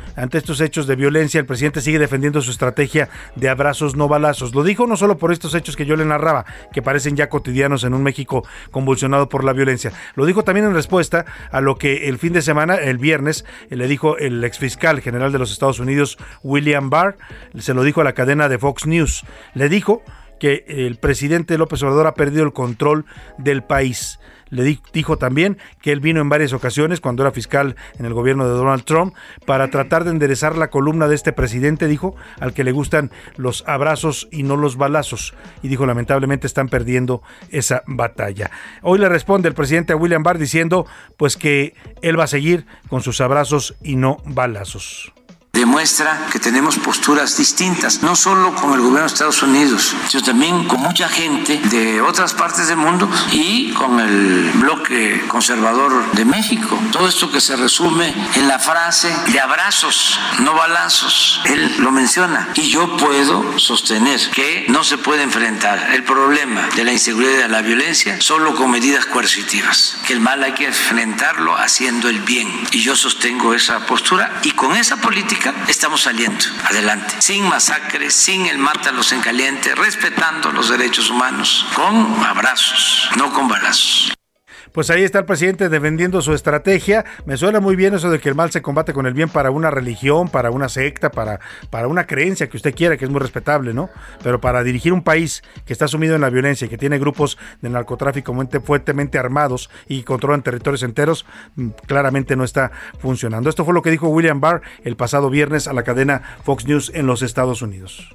de violencia, el presidente sigue defendiendo su estrategia de abrazos no balazos. Lo dijo no solo por estos hechos que yo le narraba, que parecen ya cotidianos en un México convulsionado por la violencia. Lo dijo también en respuesta a lo que el fin de semana, el viernes, le dijo el exfiscal general de los Estados Unidos, William Barr, se lo dijo a la cadena de Fox News. Le dijo que el presidente López Obrador ha perdido el control del país. Le dijo también que él vino en varias ocasiones cuando era fiscal en el gobierno de Donald Trump para tratar de enderezar la columna de este presidente, dijo, al que le gustan los abrazos y no los balazos. Y dijo, lamentablemente están perdiendo esa batalla. Hoy le responde el presidente a William Barr diciendo pues que él va a seguir con sus abrazos y no balazos. Demuestra que tenemos posturas distintas, no solo con el gobierno de Estados Unidos, sino también con mucha gente de otras partes del mundo y con el bloque conservador de México. Todo esto que se resume en la frase de abrazos, no balazos, él lo menciona. Y yo puedo sostener que no se puede enfrentar el problema de la inseguridad y de la violencia solo con medidas coercitivas, que el mal hay que enfrentarlo haciendo el bien. Y yo sostengo esa postura y con esa política estamos saliendo adelante, sin masacres, sin el mátalos en caliente, respetando los derechos humanos, con abrazos, no con balazos. Pues ahí está el presidente defendiendo su estrategia. Me suena muy bien eso de que el mal se combate con el bien para una religión, para una secta, para una creencia que usted quiera, que es muy respetable, ¿no? Pero para dirigir un país que está sumido en la violencia y que tiene grupos de narcotráfico fuertemente armados y controlan territorios enteros, claramente no está funcionando. Esto fue lo que dijo William Barr el pasado viernes a la cadena Fox News en los Estados Unidos.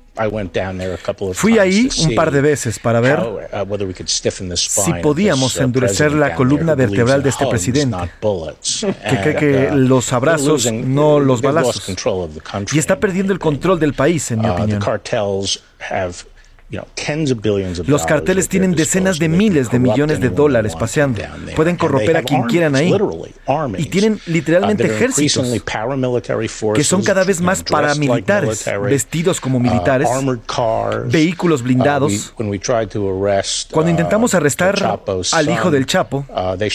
Fui ahí un par de veces para ver si podíamos endurecer la columna vertebral de este presidente, que cree que los abrazos, no los balazos, y está perdiendo el control del país, en mi opinión. Los carteles tienen decenas de miles de millones de dólares paseando. Pueden corromper a quien quieran ahí. Y tienen literalmente ejércitos que son cada vez más paramilitares, vestidos como militares, vehículos blindados. Cuando intentamos arrestar al hijo del Chapo,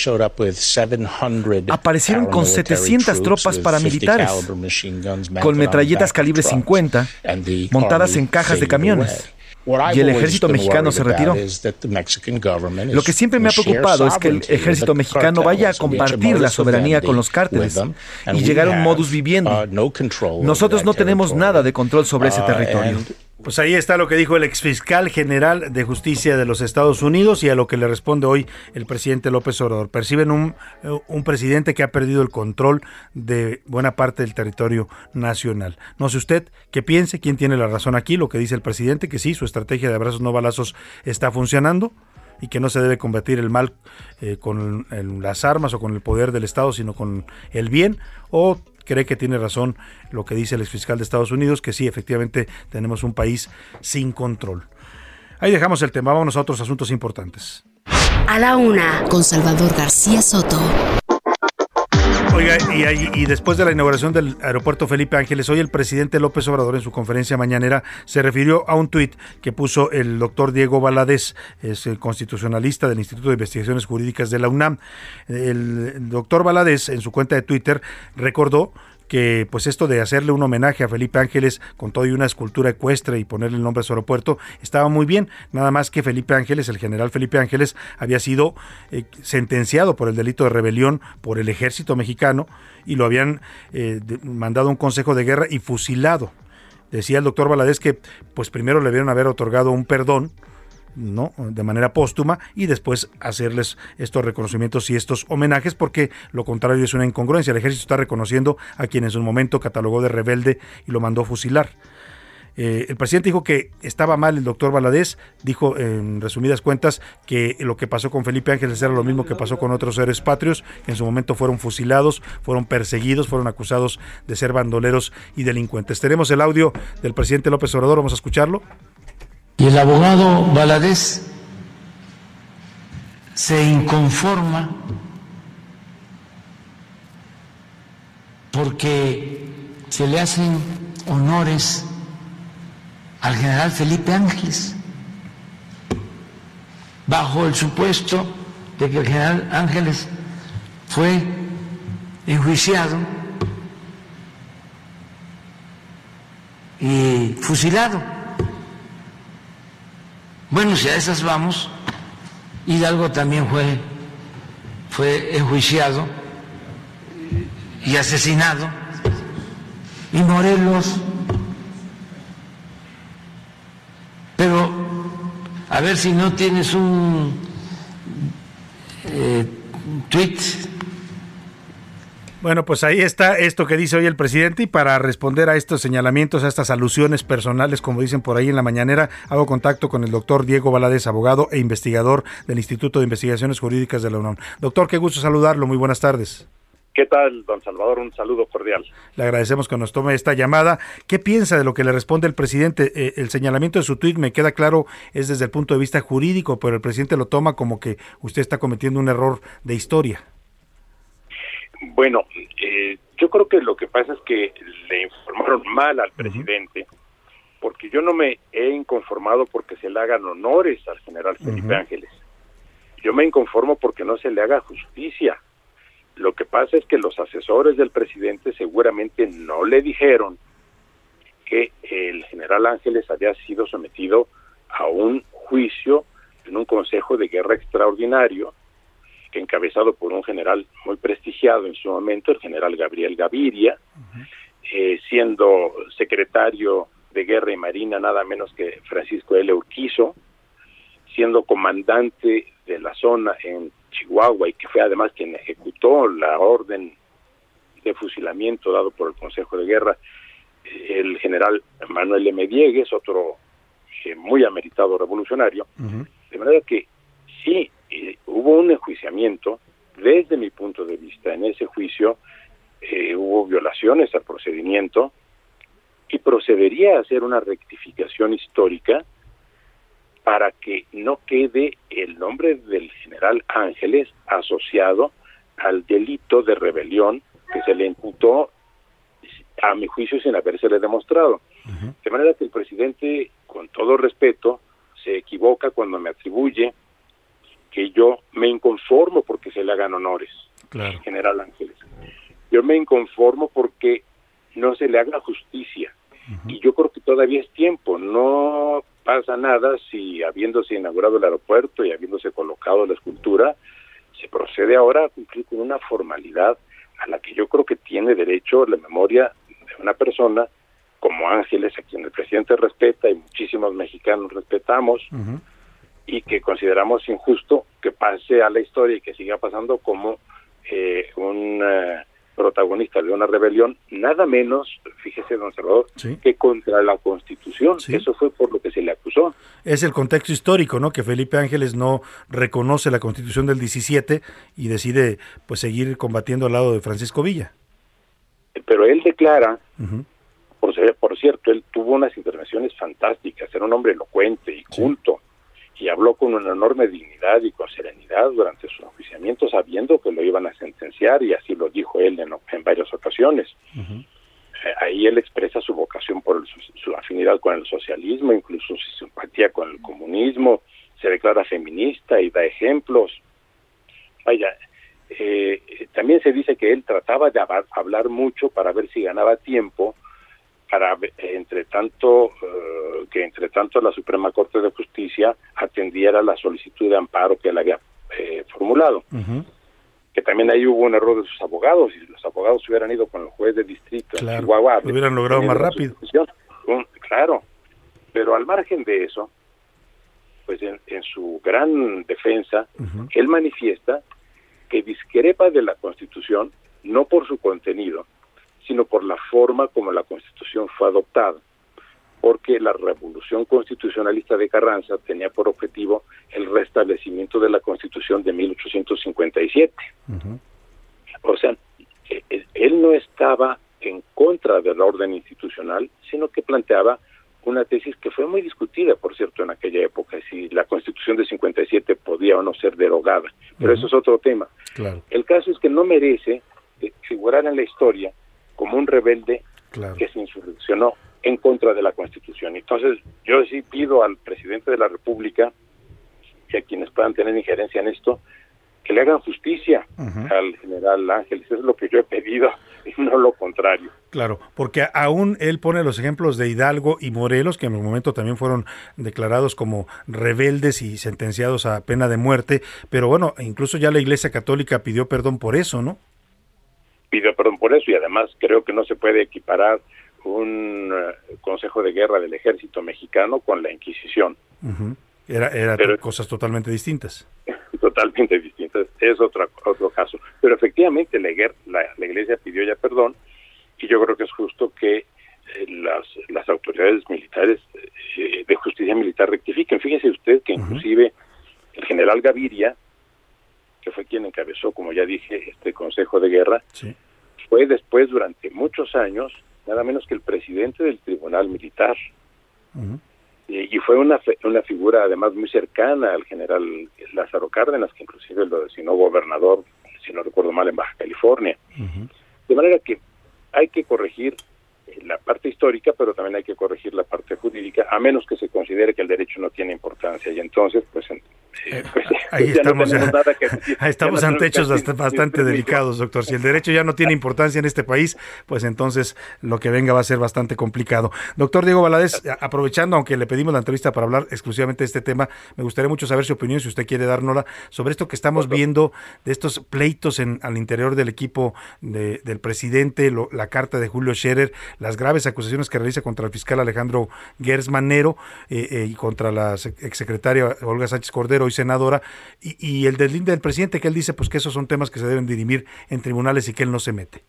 aparecieron con 700 tropas paramilitares, con metralletas calibre 50, montadas en cajas de camiones. Y el ejército mexicano se retiró. Lo que siempre me ha preocupado es que el ejército mexicano vaya a compartir la soberanía con los cárteles y llegar a un modus vivendi. Nosotros no tenemos nada de control sobre ese territorio. Pues ahí está lo que dijo el exfiscal general de justicia de los Estados Unidos y a lo que le responde hoy el presidente López Obrador. Perciben un presidente que ha perdido el control de buena parte del territorio nacional. No sé usted qué piense, quién tiene la razón aquí, lo que dice el presidente, que sí, su estrategia de abrazos no balazos está funcionando. y que no se debe combatir el mal con las armas o con el poder del Estado, sino con el bien, o cree que tiene razón lo que dice el exfiscal de Estados Unidos, que sí, efectivamente tenemos un país sin control. Ahí dejamos el tema, vámonos a otros asuntos importantes. A la una, con Salvador García Soto. Oiga, y después de la inauguración del aeropuerto Felipe Ángeles, hoy el presidente López Obrador en su conferencia mañanera se refirió a un tuit que puso el doctor Diego Valadez, es el constitucionalista del Instituto de Investigaciones Jurídicas de la UNAM. El doctor Valadez en su cuenta de Twitter recordó que pues esto de hacerle un homenaje a Felipe Ángeles con todo y una escultura ecuestre y ponerle el nombre a su aeropuerto estaba muy bien, nada más que Felipe Ángeles, el general Felipe Ángeles, había sido sentenciado por el delito de rebelión por el ejército mexicano y lo habían mandado a un consejo de guerra y fusilado. Decía el doctor Valadez que pues primero le debieron haber otorgado un perdón, ¿no?, de manera póstuma, y después hacerles estos reconocimientos y estos homenajes, porque lo contrario es una incongruencia. El ejército está reconociendo a quien en su momento catalogó de rebelde y lo mandó fusilar. El presidente dijo que estaba mal el doctor Valadez, dijo en resumidas cuentas que lo que pasó con Felipe Ángeles era lo mismo que pasó con otros héroes patrios, que en su momento fueron fusilados, fueron perseguidos, fueron acusados de ser bandoleros y delincuentes. Tenemos el audio del presidente López Obrador, vamos a escucharlo. Y el abogado Valadez se inconforma porque se le hacen honores al general Felipe Ángeles, bajo el supuesto de que el general Ángeles fue enjuiciado y fusilado. Bueno, si a esas vamos, Hidalgo también fue enjuiciado y asesinado, y Morelos. Pero a ver si no tienes un tweet. Bueno, pues ahí está esto que dice hoy el presidente, y para responder a estos señalamientos, a estas alusiones personales, como dicen por ahí en la mañanera, hago contacto con el doctor Diego Valadez, abogado e investigador del Instituto de Investigaciones Jurídicas de la UNAM. Doctor, qué gusto saludarlo, muy buenas tardes. ¿Qué tal, don Salvador? Un saludo cordial. Le agradecemos que nos tome esta llamada. ¿Qué piensa de lo que le responde el presidente? El señalamiento de su tuit, me queda claro, es desde el punto de vista jurídico, pero el presidente lo toma como que usted está cometiendo un error de historia. Bueno, yo creo que lo que pasa es que le informaron mal al presidente, porque yo no me he inconformado porque se le hagan honores al general Felipe Ángeles. Yo me inconformo porque no se le haga justicia. Lo que pasa es que los asesores del presidente seguramente no le dijeron que el general Ángeles había sido sometido a un juicio en un consejo de guerra extraordinario, que encabezado por un general muy prestigiado en su momento, el general Gabriel Gaviria, siendo secretario de Guerra y Marina nada menos que Francisco L. Urquizo, siendo comandante de la zona en Chihuahua, y que fue además quien ejecutó la orden de fusilamiento dado por el Consejo de Guerra, el general Manuel M. Diegues, otro muy ameritado revolucionario. De manera que sí, hubo un enjuiciamiento. Desde mi punto de vista, en ese juicio hubo violaciones al procedimiento, y procedería a hacer una rectificación histórica para que no quede el nombre del general Ángeles asociado al delito de rebelión que se le imputó, a mi juicio, sin habérsele demostrado. De manera que el presidente, con todo respeto, se equivoca cuando me atribuye que yo me inconformo porque se le hagan honores al general Ángeles. Yo me inconformo porque no se le haga justicia. Y yo creo que todavía es tiempo. No pasa nada si, habiéndose inaugurado el aeropuerto y habiéndose colocado la escultura, se procede ahora a cumplir con una formalidad a la que yo creo que tiene derecho la memoria de una persona como Ángeles, a quien el presidente respeta y muchísimos mexicanos respetamos, y que consideramos injusto que pase a la historia y que siga pasando como protagonista de una rebelión, nada menos, fíjese, don Salvador, que contra la Constitución. Eso fue por lo que se le acusó. Es el contexto histórico, ¿no? Que Felipe Ángeles no reconoce la Constitución del 17 y decide pues seguir combatiendo al lado de Francisco Villa. Pero él declara, por cierto, él tuvo unas intervenciones fantásticas, era un hombre elocuente y culto, y habló con una enorme dignidad y con serenidad durante su enjuiciamiento, sabiendo que lo iban a sentenciar, y así lo dijo él en varias ocasiones. Ahí él expresa su vocación por su afinidad con el socialismo, incluso su simpatía con el comunismo, se declara feminista y da ejemplos. Vaya, también se dice que él trataba de hablar mucho para ver si ganaba tiempo, para entre tanto la Suprema Corte de Justicia atendiera la solicitud de amparo que él había formulado. Que también ahí hubo un error de sus abogados, y los abogados se hubieran ido con el juez de distrito en Chihuahua, lo hubieran logrado más rápido. Claro, pero al margen de eso, pues en su gran defensa, él manifiesta que discrepa de la Constitución no por su contenido, sino por la forma como la Constitución fue adoptada, porque la revolución constitucionalista de Carranza tenía por objetivo el restablecimiento de la Constitución de 1857. O sea, él no estaba en contra del orden institucional, sino que planteaba una tesis que fue muy discutida, por cierto, en aquella época, si la Constitución de 57 podía o no ser derogada, pero eso es otro tema. El caso es que no merece figurar en la historia como un rebelde que se insurreccionó en contra de la Constitución. Entonces, yo sí pido al presidente de la República y a quienes puedan tener injerencia en esto, que le hagan justicia al general Ángeles. Eso es lo que yo he pedido y no lo contrario. Claro, porque aún él pone los ejemplos de Hidalgo y Morelos, que en un momento también fueron declarados como rebeldes y sentenciados a pena de muerte, pero bueno, incluso ya la Iglesia Católica pidió perdón por eso, ¿no? Pidió perdón por eso, y además creo que no se puede equiparar un consejo de guerra del ejército mexicano con la Inquisición. Eran cosas totalmente distintas. Totalmente distintas, es otro caso. Pero efectivamente la Iglesia pidió ya perdón, y yo creo que es justo que las autoridades militares de justicia militar rectifiquen. Fíjese usted que inclusive el general Gaviria, que fue quien encabezó, como ya dije, este consejo de guerra, fue después, durante muchos años, nada menos que el presidente del Tribunal Militar. Y fue una figura además muy cercana al general Lázaro Cárdenas, que inclusive lo designó gobernador, si no recuerdo mal, en Baja California. De manera que hay que corregir la parte histórica, pero también hay que corregir la parte jurídica, a menos que se considere que el derecho no tiene importancia, y entonces ahí estamos, estamos ante hechos bastante delicados, doctor. Si el derecho ya no tiene importancia en este país, pues entonces lo que venga va a ser bastante complicado. Doctor Diego Valadez, aprovechando, aunque le pedimos la entrevista para hablar exclusivamente de este tema, me gustaría mucho saber su opinión, si usted quiere dárnosla, sobre esto que estamos viendo, de estos pleitos al interior del equipo del presidente, la carta de Julio Scherer, las graves acusaciones que realiza contra el fiscal Alejandro Gers Manero y contra la exsecretaria Olga Sánchez Cordero, hoy senadora, y el deslinde del presidente, que él dice pues que esos son temas que se deben dirimir en tribunales y que él no se mete.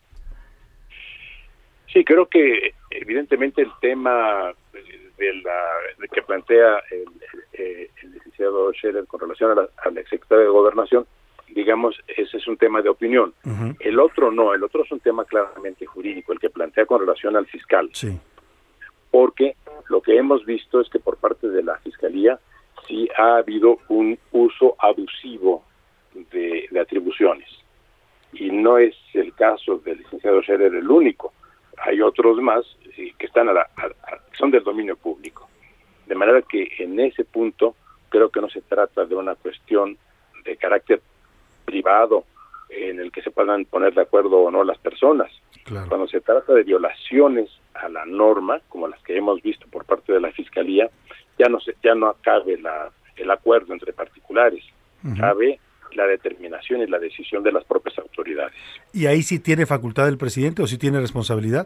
Sí, creo que evidentemente el tema de que plantea el licenciado Scherer con relación a la exsecretaria de Gobernación, digamos, ese es un tema de opinión. El otro no, el otro es un tema claramente jurídico, el que plantea con relación al fiscal. Porque lo que hemos visto es que por parte de la Fiscalía sí ha habido un uso abusivo de atribuciones. Y no es el caso del licenciado Scherer el único. Hay otros más que están son del dominio público. De manera que en ese punto creo que no se trata de una cuestión de carácter privado en el que se puedan poner de acuerdo o no las personas. Cuando se trata de violaciones a la norma, como las que hemos visto por parte de la Fiscalía, ya no cabe el acuerdo entre particulares, cabe la determinación y la decisión de las propias autoridades. ¿Y ahí sí tiene facultad el presidente o sí tiene responsabilidad?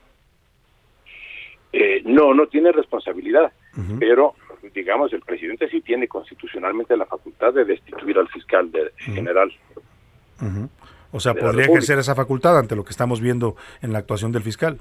No tiene responsabilidad, pero digamos el presidente sí tiene constitucionalmente la facultad de destituir al fiscal general. O sea, podría ejercer esa facultad ante lo que estamos viendo en la actuación del fiscal.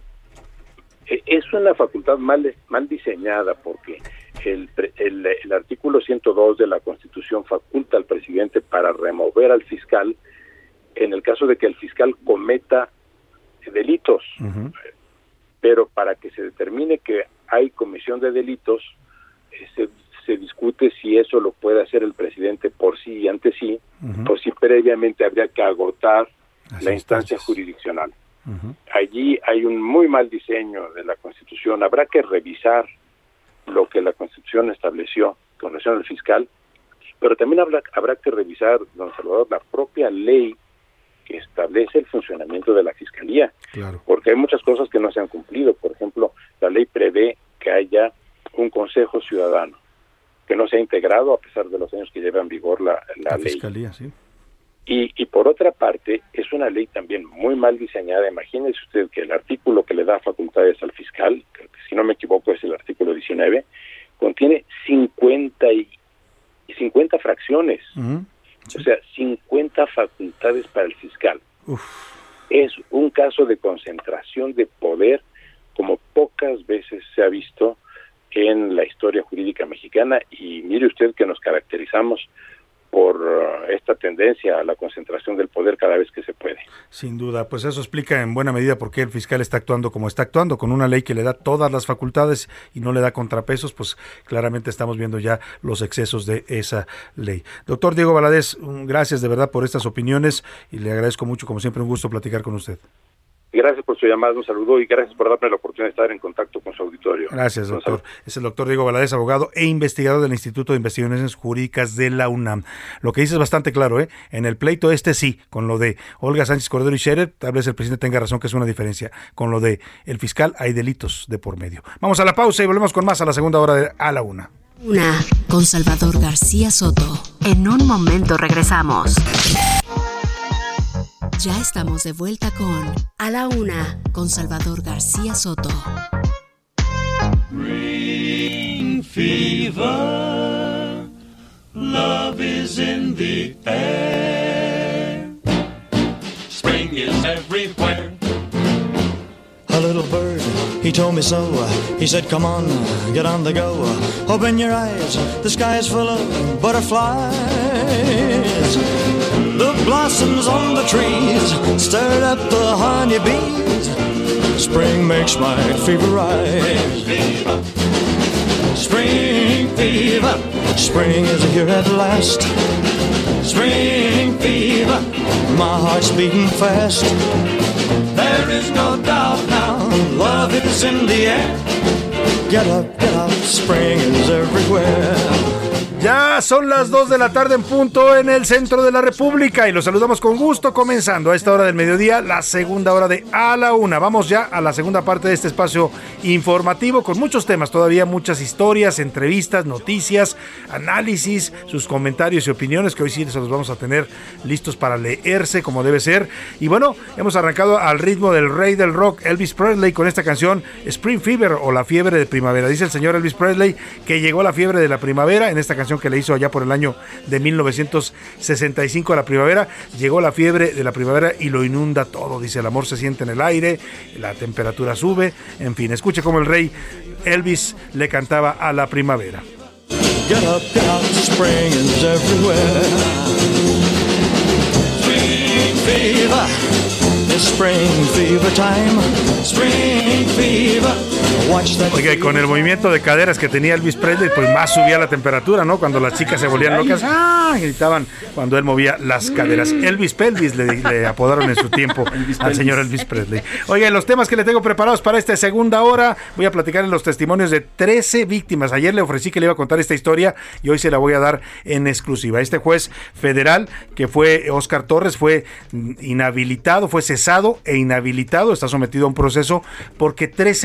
Es una facultad mal diseñada porque el artículo 102 de la Constitución faculta al presidente para remover al fiscal en el caso de que el fiscal cometa delitos. Uh-huh. Pero para que se determine que hay comisión de delitos, se discute si eso lo puede hacer el presidente por sí y ante sí, uh-huh. o si previamente habría que agotar la instancia jurisdiccional. Uh-huh. Allí hay un muy mal diseño de la Constitución. Habrá que revisar lo que la Constitución estableció con relación al fiscal, pero también habrá que revisar, don Salvador, la propia ley que establece el funcionamiento de la Fiscalía, claro. Porque hay muchas cosas que no se han cumplido. Por ejemplo, la ley prevé que haya un Consejo Ciudadano, que no se ha integrado a pesar de los años que lleva en vigor la ley. Fiscalía, sí. Y por otra parte, es una ley también muy mal diseñada. Imagínese usted que el artículo que le da facultades al fiscal, que si no me equivoco es el artículo 19, contiene 50 fracciones. Uh-huh. Sí. O sea, 50 facultades para el fiscal. Uf. Es un caso de concentración de poder como pocas veces se ha visto en la historia jurídica mexicana, y mire usted que nos caracterizamos por esta tendencia a la concentración del poder cada vez que se puede. Sin duda, pues eso explica en buena medida por qué el fiscal está actuando como está actuando, con una ley que le da todas las facultades y no le da contrapesos. Pues claramente estamos viendo ya los excesos de esa ley. Doctor Diego Valadez, gracias de verdad por estas opiniones y le agradezco mucho, como siempre, un gusto platicar con usted. Gracias por su llamada, un saludo y gracias por darme la oportunidad de estar en contacto con su auditorio. Gracias, doctor. Es el doctor Diego Valadez, abogado e investigador del Instituto de Investigaciones Jurídicas de la UNAM. Lo que dice es bastante claro, ¿eh? En el pleito sí, con lo de Olga Sánchez Cordero y Scherer, tal vez el presidente tenga razón que es una diferencia. Con lo de el fiscal hay delitos de por medio. Vamos a la pausa y volvemos con más a la segunda hora de A la Una. Una, con Salvador García Soto. En un momento regresamos. Ya estamos de vuelta con A la Una, con Salvador García Soto. Ring fever, love is in the air. Spring is everywhere. A little bird, he told me so. He said, come on, get on the go. Open your eyes, the sky is full of butterflies. The blossoms on the trees stirred up the honeybees. Spring makes my fever rise. Spring fever, spring is here at last. Spring fever, my heart's beating fast. There is no doubt now, love is in the air. Get up, spring is everywhere. Ya son las 2 de la tarde en punto en el centro de la República y los saludamos con gusto, comenzando a esta hora del mediodía la segunda hora de A la Una. Vamos ya a la segunda parte de este espacio informativo con muchos temas, todavía muchas historias, entrevistas, noticias, análisis, sus comentarios y opiniones que hoy sí se los vamos a tener listos para leerse como debe ser. Y bueno, hemos arrancado al ritmo del rey del rock, Elvis Presley, con esta canción Spring Fever o la fiebre de primavera. Dice el señor Elvis Presley que llegó la fiebre de la primavera en esta canción que le hizo allá por el año de 1965 a la primavera. Llegó la fiebre de la primavera y lo inunda todo. Dice, el amor se siente en el aire, la temperatura sube, en fin, escuche cómo el rey Elvis le cantaba a la primavera. Get up, spring is everywhere. Spring fever, it's spring fever time. Spring fever. Oiga, y con el movimiento de caderas que tenía Elvis Presley, pues más subía la temperatura, ¿no? Cuando las chicas se volvían locas, gritaban cuando él movía las caderas. Elvis Pelvis le apodaron en su tiempo al señor Elvis Presley. Oiga, en los temas que le tengo preparados para esta segunda hora, voy a platicar en los testimonios de 13 víctimas. Ayer le ofrecí que le iba a contar esta historia y hoy se la voy a dar en exclusiva. Este juez federal, que fue Oscar Torres, fue inhabilitado, fue cesado e inhabilitado, está sometido a un proceso porque 13 mujeres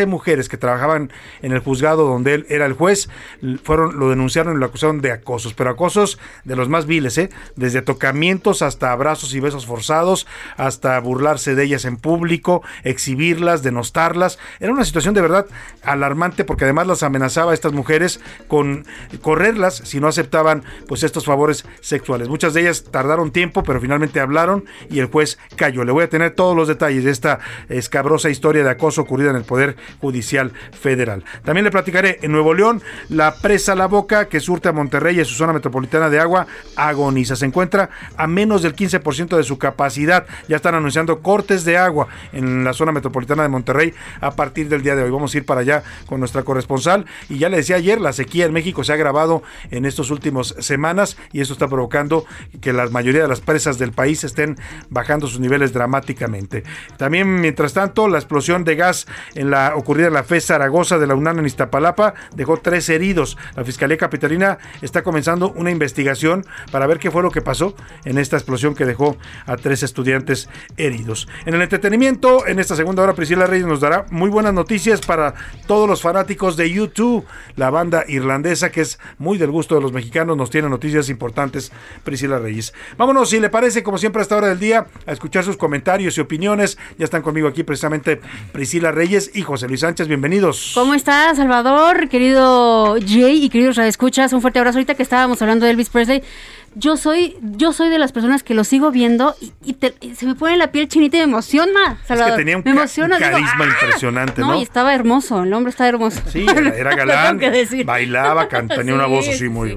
mujeres que trabajaban en el juzgado donde él era el juez, lo denunciaron y lo acusaron de acosos, pero acosos de los más viles, desde tocamientos hasta abrazos y besos forzados, hasta burlarse de ellas en público, exhibirlas, denostarlas. Era una situación de verdad alarmante, porque además las amenazaba a estas mujeres con correrlas si no aceptaban pues estos favores sexuales. Muchas de ellas tardaron tiempo, pero finalmente hablaron y el juez cayó. Le voy a tener todos los detalles de esta escabrosa historia de acoso ocurrida en el Poder Judicial Federal. También le platicaré, en Nuevo León, la presa La Boca, que surte a Monterrey y su zona metropolitana de agua, agoniza. Se encuentra a menos del 15% de su capacidad. Ya están anunciando cortes de agua en la zona metropolitana de Monterrey a partir del día de hoy. Vamos a ir para allá con nuestra corresponsal. Y ya le decía ayer, la sequía en México se ha agravado en estos últimos semanas y esto está provocando que la mayoría de las presas del país estén bajando sus niveles dramáticamente. También, mientras tanto, la explosión de gas ocurrida en la FES Zaragoza de la UNAM en Iztapalapa dejó 3 heridos. La Fiscalía Capitalina está comenzando una investigación para ver qué fue lo que pasó en esta explosión que dejó a 3 estudiantes heridos. En el entretenimiento, en esta segunda hora, Priscila Reyes nos dará muy buenas noticias para todos los fanáticos de U2, la banda irlandesa que es muy del gusto de los mexicanos. Nos tiene noticias importantes Priscila Reyes. Vámonos, si le parece, como siempre a esta hora del día, a escuchar sus comentarios y opiniones. Ya están conmigo aquí precisamente Priscila Reyes y José Luis Sánchez. Bienvenidos. ¿Cómo estás, Salvador? Querido Jay y queridos radioescuchas, un fuerte abrazo. Ahorita que estábamos hablando de Elvis Presley, yo soy de las personas que lo sigo viendo y se me pone la piel chinita y me emociona, Salvador. Es que tenía un carisma impresionante, ¿no? No, y estaba hermoso, el hombre estaba hermoso. Sí, era galán, bailaba, tenía una voz así muy...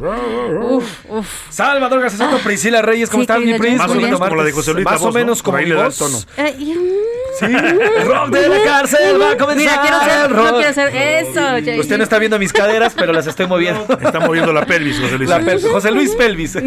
Salvador García Soto, Priscila Reyes, ¿cómo estás, mi Pris? Más o menos como la de José Luis. Más o menos como mi voz. Sí, rock de la cárcel va a comenzar. Mira, no quiero hacer eso, Jay. Usted no está viendo mis caderas, pero las estoy moviendo. Está moviendo la pelvis, José Luis. José Luis Pelvis.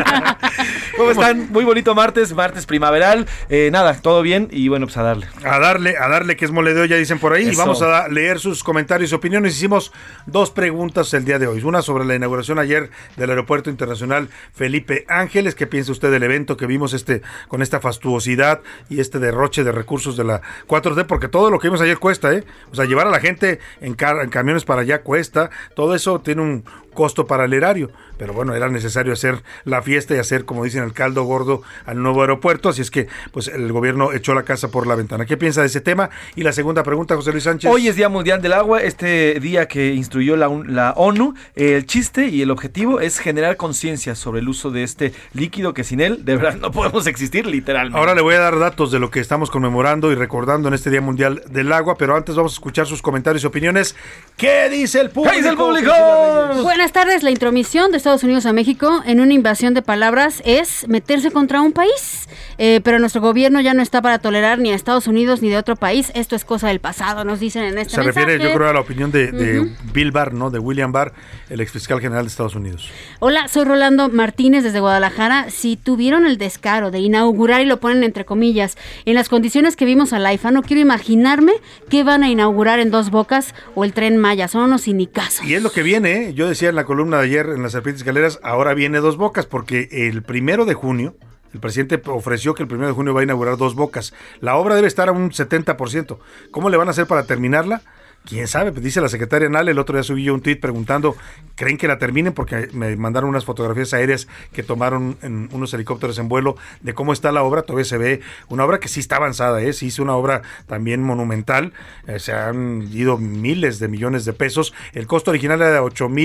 ¿Cómo están? Muy bonito martes primaveral. Nada, todo bien y bueno, pues a darle que es moledeo, ya dicen por ahí. Eso. Y vamos a leer sus comentarios y opiniones. Hicimos 2 preguntas el día de hoy. Una sobre la inauguración ayer del Aeropuerto Internacional Felipe Ángeles. ¿Qué piensa usted del evento que vimos con esta fastuosidad y este derroche de recursos de la 4T? Porque todo lo que vimos ayer cuesta, O sea, llevar a la gente en camiones para allá cuesta. Todo eso tiene un costo para el erario, pero bueno, era necesario hacer la fiesta y hacer, como dicen, el caldo gordo al nuevo aeropuerto, así es que pues el gobierno echó la casa por la ventana. ¿Qué piensa de ese tema? Y la segunda pregunta, José Luis Sánchez. Hoy es Día Mundial del Agua, este día que instruyó la ONU. El chiste y el objetivo es generar conciencia sobre el uso de este líquido que sin él de verdad no podemos existir, literalmente. Ahora le voy a dar datos de lo que estamos conmemorando y recordando en este Día Mundial del Agua, pero antes vamos a escuchar sus comentarios y opiniones. ¿Qué dice el público? ¿Qué dice el público? Buenas tardes. La intromisión de Estados Unidos a México en una invasión de palabras es meterse contra un país, pero nuestro gobierno ya no está para tolerar ni a Estados Unidos ni de otro país. Esto es cosa del pasado, nos dicen en este mensaje. Se refiere, yo creo, a la opinión de Bill Barr, ¿no? De William Barr, el exfiscal general de Estados Unidos. Hola, soy Rolando Martínez desde Guadalajara. Si tuvieron el descaro de inaugurar, y lo ponen entre comillas, en las condiciones que vimos al AIFA, no quiero imaginarme qué van a inaugurar en Dos Bocas o el Tren Maya. Son unos cinicazos. Y es lo que viene, Yo decía en la columna de ayer en las Serpientes Escaleras, ahora viene Dos Bocas, porque el 1 de junio, el presidente ofreció que el 1 de junio va a inaugurar Dos Bocas. La obra debe estar a un 70%. ¿Cómo le van a hacer para terminarla? ¿Quién sabe? Pues dice la secretaria Nale, el otro día subí yo un tuit preguntando, ¿creen que la terminen? Porque me mandaron unas fotografías aéreas que tomaron en unos helicópteros en vuelo de cómo está la obra. Todavía se ve una obra que sí está avanzada, sí es una obra también monumental. Se han ido miles de millones de pesos. El costo original era de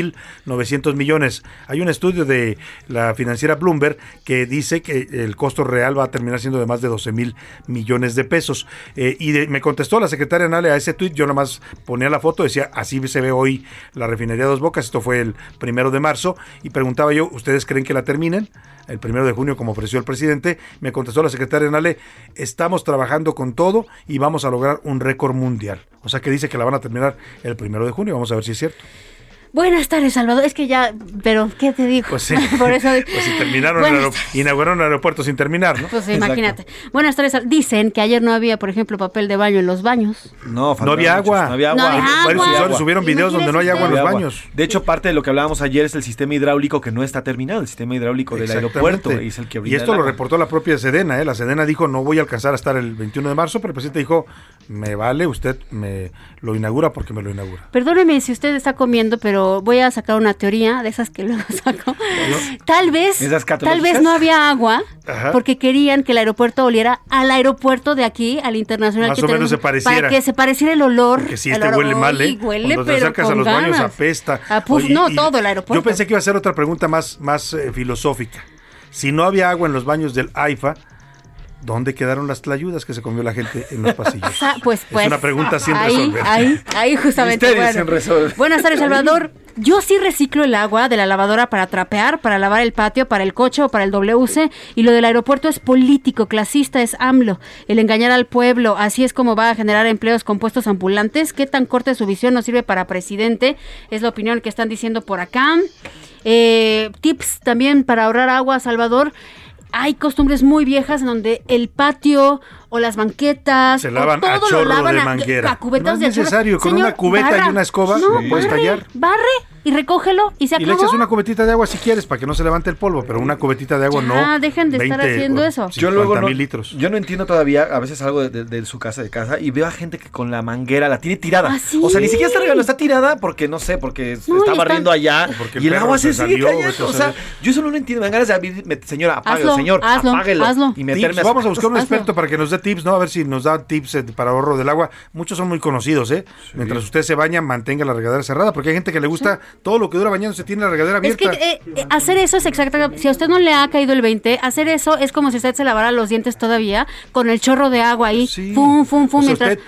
8,900 millones. Hay un estudio de la financiera Bloomberg que dice que el costo real va a terminar siendo de más de 12,000 millones de pesos. Me contestó la secretaria Nale a ese tuit. Yo nomás ponía la foto, decía, así se ve hoy la refinería Dos Bocas. Esto fue el 1 de marzo y preguntaba yo, ¿ustedes creen que la terminen? El 1 de junio, como ofreció el presidente. Me contestó la secretaria Nale, estamos trabajando con todo y vamos a lograr un récord mundial. O sea que dice que la van a terminar el 1 de junio, vamos a ver si es cierto. Buenas tardes, Salvador. Es que ya, pero ¿qué te digo? Pues sí. Por eso, pues si inauguraron el aeropuerto sin terminar, ¿no? Pues imagínate. Buenas tardes. Dicen que ayer no había, por ejemplo, papel de baño en los baños. No había agua. No había agua. Varios usuarios subieron videos donde no hay agua en los baños. De hecho, parte de lo que hablábamos ayer es el sistema hidráulico que no está terminado. El sistema hidráulico del aeropuerto es el que brinda. Y esto lo reportó la propia Sedena. La Sedena dijo, no voy a alcanzar a estar el 21 de marzo, pero el presidente dijo, me vale, usted me lo inaugura porque me lo inaugura. Perdóneme si usted está comiendo, pero voy a sacar una teoría de esas que luego saco. Tal vez no había agua. Ajá. Porque querían que el aeropuerto oliera al aeropuerto de aquí, al internacional. Más o menos se pareciera. Para que se pareciera el olor. Porque sí, huele mal, ¿eh? Huele, cuando pero te acercas a los baños apesta. Todo el aeropuerto. Yo pensé que iba a ser otra pregunta más filosófica. Si no había agua en los baños del AIFA, ¿dónde quedaron las tlayudas que se comió la gente en los pasillos? Pues, es una pregunta sin resolver. Ahí justamente. Buenas tardes, Salvador. Yo sí reciclo el agua de la lavadora para trapear, para lavar el patio, para el coche o para el WC. Y lo del aeropuerto es político, clasista, es AMLO. El engañar al pueblo, así es como va a generar empleos con puestos ambulantes. ¿Qué tan corta su visión no sirve para presidente? Es la opinión que están diciendo por acá. Tips también para ahorrar agua, Salvador. Hay costumbres muy viejas en donde el patio o las banquetas se lavan a chorro de manguera. A cubetas no es necesario, con una cubeta y una escoba puedes tallar. Barre y recógelo y se acabó. Y le echas una cubetita de agua si quieres para que no se levante el polvo, pero una cubetita de agua no. Dejen de estar haciendo eso. Yo luego yo no entiendo todavía, a veces salgo de su casa de casa y veo a gente que con la manguera la tiene tirada. ¿Ah, sí? O sea, ni siquiera está regando, está tirada porque no sé, porque está barriendo allá y el agua se sigue cayendo. O sea, yo eso no lo entiendo. Me dan ganas de abrir, señora, apáguelo, señor, apáguelo. Y meterme vamos a buscar un experto para que nos dé tips, ¿no? A ver si nos da tips para ahorro del agua. Muchos son muy conocidos, ¿eh? Sí. Mientras usted se baña, mantenga la regadera cerrada, porque hay gente que le gusta todo lo que dura bañándose, tiene la regadera abierta. Es que hacer eso es exactamente, si a usted no le ha caído el 20, hacer eso es como si usted se lavara los dientes todavía con el chorro de agua ahí, fum, mientras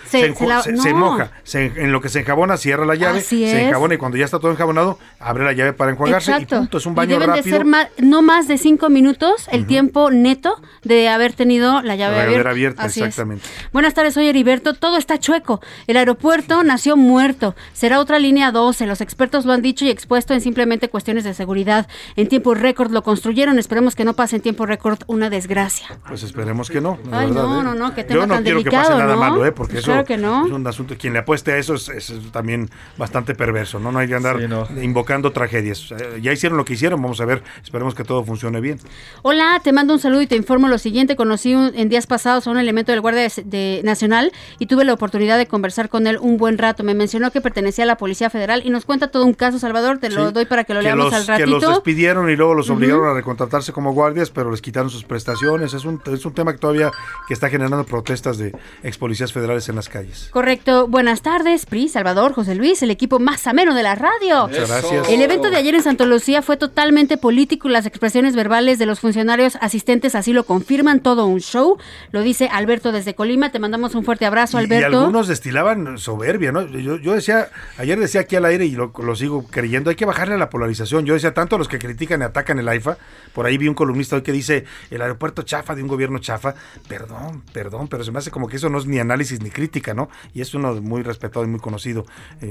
se moja, en lo que se enjabona, cierra la llave, se enjabona y cuando ya está todo enjabonado, abre la llave para enjuagarse. Exacto. Y punto, es un baño rápido. De ser no más de 5 minutos el tiempo neto de haber tenido la llave abierta. Así exactamente. Es. Buenas tardes, soy Heriberto. Todo está chueco. El aeropuerto nació muerto. Será otra línea 12. Los expertos lo han dicho y expuesto en simplemente cuestiones de seguridad. En tiempo récord lo construyeron. Esperemos que no pase en tiempo récord una desgracia. Pues esperemos que no. Ay, verdad, no, que tema yo no tan quiero delicado, que pase nada ¿no? malo, porque pues eso claro que no. Es un asunto. Quien le apueste a eso es también bastante perverso, ¿no? No hay que andar invocando tragedias. Ya hicieron lo que hicieron. Vamos a ver. Esperemos que todo funcione bien. Hola, te mando un saludo y te informo lo siguiente. Conocí en días pasados a un elemento del Guardia Nacional y tuve la oportunidad de conversar con él un buen rato. Me mencionó que pertenecía a la Policía Federal y nos cuenta todo un caso, Salvador. Te lo doy para que lo leamos al ratito. Que los despidieron y luego los obligaron a recontratarse como guardias, pero les quitaron sus prestaciones. Es un tema que todavía que está generando protestas de ex policías federales en las calles. Correcto. Buenas tardes, PRI, Salvador, José Luis, el equipo más ameno de la radio. Muchas gracias. El evento de ayer en Santa Lucía fue totalmente político y las expresiones verbales de los funcionarios asistentes así lo confirman, todo un show. Lo dice Alberto desde Colima. Te mandamos un fuerte abrazo, Alberto. Y algunos destilaban soberbia, ¿no? Yo decía, ayer decía aquí al aire y lo sigo creyendo, hay que bajarle a la polarización. Yo decía, tanto a los que critican y atacan el AIFA, por ahí vi un columnista hoy que dice, el aeropuerto chafa de un gobierno chafa. Perdón, pero se me hace como que eso no es ni análisis ni crítica, ¿no? Y es uno muy respetado y muy conocido,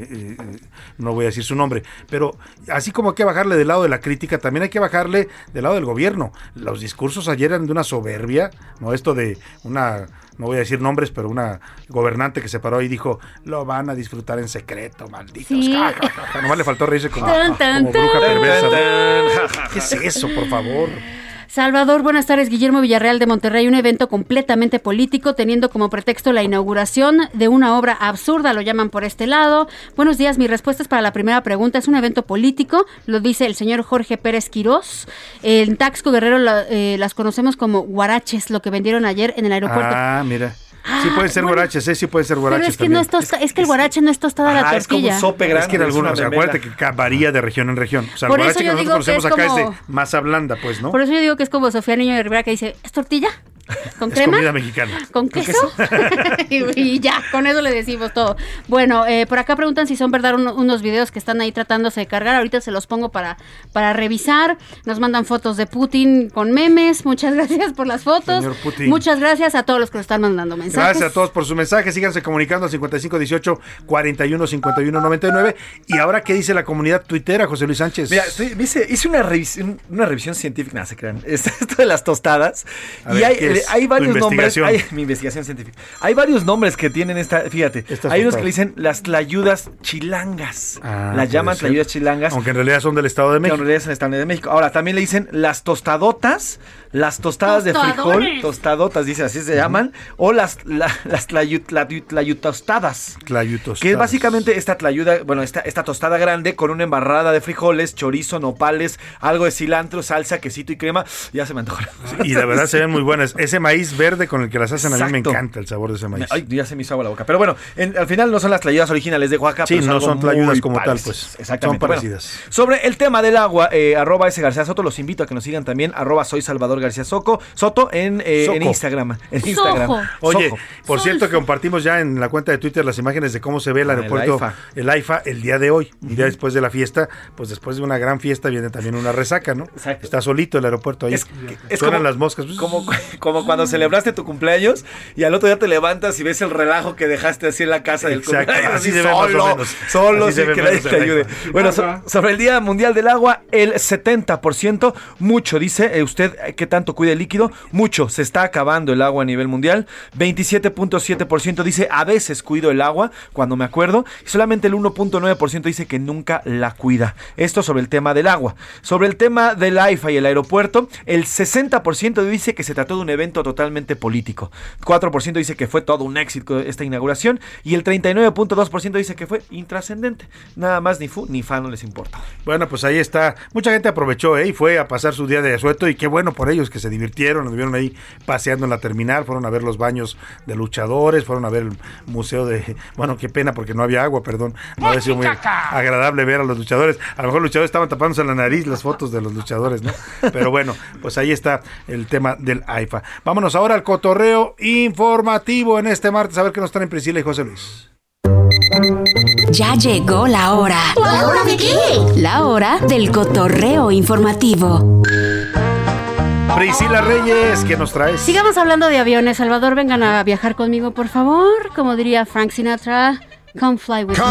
no voy a decir su nombre, pero así como hay que bajarle del lado de la crítica, también hay que bajarle del lado del gobierno. Los discursos ayer eran de una soberbia, ¿no? Esto de una, no voy a decir nombres, pero una gobernante que se paró y dijo, lo van a disfrutar en secreto, malditos. Sí. Nomás le faltó reírse como bruja perversa. ¿Qué es eso, por favor? Salvador, buenas tardes. Guillermo Villarreal de Monterrey, un evento completamente político, teniendo como pretexto la inauguración de una obra absurda, lo llaman por este lado. Buenos días, mi respuesta es para la primera pregunta. Es un evento político, lo dice el señor Jorge Pérez Quirós. En Taxco Guerrero las conocemos como guaraches, lo que vendieron ayer en el aeropuerto. Ah, mira. Sí pueden ser guaraches, sí pueden ser guaraches. Pero es que también. Es que el guarache no es tostada la tortilla. Es como un sope grande. Es que en algunos, acuérdate que varía de región en región. O sea, el guarache que nosotros conocemos acá es de masa blanda, pues, ¿no? Por eso yo digo que es como Sofía Niño de Rivera que dice, ¿es tortilla? ¿Con crema? Es comida mexicana. ¿Con queso? y ya, con eso le decimos todo. Bueno, por acá preguntan si son verdad unos videos que están ahí tratándose de cargar. Ahorita se los pongo para revisar. Nos mandan fotos de Putin con memes. Muchas gracias por las fotos. Señor Putin. Muchas gracias a todos los que nos están mandando mensajes. Gracias a todos por sus mensajes. Síganse comunicando al 5518 41 51 99. Y ahora, ¿qué dice la comunidad tuitera, José Luis Sánchez? Mira, hice una revisión científica. No se crean. Esto de las tostadas. Y hay es hay varios nombres. Mi investigación científica. Hay varios nombres que tienen fíjate, hay unos que le dicen las tlayudas chilangas. Las llaman tlayudas chilangas. Aunque en realidad son del Estado de México. En realidad son del Estado de México. Ahora, también le dicen las tostadotas, las tostadas de frijol, tostadotas, dicen así se llaman, o las tlayutostadas. Que es básicamente esta tlayuda, bueno, esta tostada grande con una embarrada de frijoles, chorizo, nopales, algo de cilantro, salsa, quesito y crema. Ya se me antojó. Y la verdad se ven muy buenas. Ese maíz verde con el que las hacen, a mí me encanta el sabor de ese maíz. Ay, ya se me hizo agua la boca. Pero bueno, al final no son las tlayudas originales de Oaxaca. Sí, pero no son tlayudas como tal, pues. Exactamente. Son parecidas. Bueno, sobre el tema del agua, @S García Soto, los invito a que nos sigan también, @soy Salvador García Soto en Instagram. Oye, por cierto que compartimos ya en la cuenta de Twitter las imágenes de cómo se ve el aeropuerto, el AIFA, el día de hoy, un día después de la fiesta, pues después de una gran fiesta viene también una resaca, ¿no? Exacto. Está solito el aeropuerto ahí. Suenan las moscas. Como cuando celebraste tu cumpleaños y al otro día te levantas y ves el relajo que dejaste así en la casa del cumpleaños. Así se ve más o menos. Solo sin que nadie te ayude. Bueno, sobre el Día Mundial del Agua, el 70%, mucho, dice usted, ¿qué tanto cuida el líquido? Mucho, se está acabando el agua a nivel mundial. 27.7% dice, a veces cuido el agua, cuando me acuerdo. Y solamente el 1.9% dice que nunca la cuida. Esto sobre el tema del agua. Sobre el tema del AIFA y el aeropuerto, el 60% dice que se trató de un evento totalmente político. 4% dice que fue todo un éxito esta inauguración. Y el 39.2% dice que fue intrascendente. Nada más ni fu ni fa no les importa. Bueno, pues ahí está. Mucha gente aprovechó y fue a pasar su día de asueto, y qué bueno por ellos que se divirtieron, anduvieron ahí paseando en la terminal, fueron a ver los baños de luchadores, fueron a ver el museo de... Bueno, qué pena porque no había agua, perdón. No había sido muy agradable ver a los luchadores. A lo mejor los luchadores estaban tapándose la nariz las fotos de los luchadores, ¿no? Pero bueno, pues ahí está el tema del AIFA. Vámonos ahora al cotorreo informativo en este martes, a ver qué nos traen Priscila y José Luis. Ya llegó la hora. ¿La hora de qué? La hora del cotorreo informativo. Priscila Reyes, ¿qué nos traes? Sigamos hablando de aviones. Salvador, vengan a viajar conmigo, por favor. Como diría Frank Sinatra, come fly with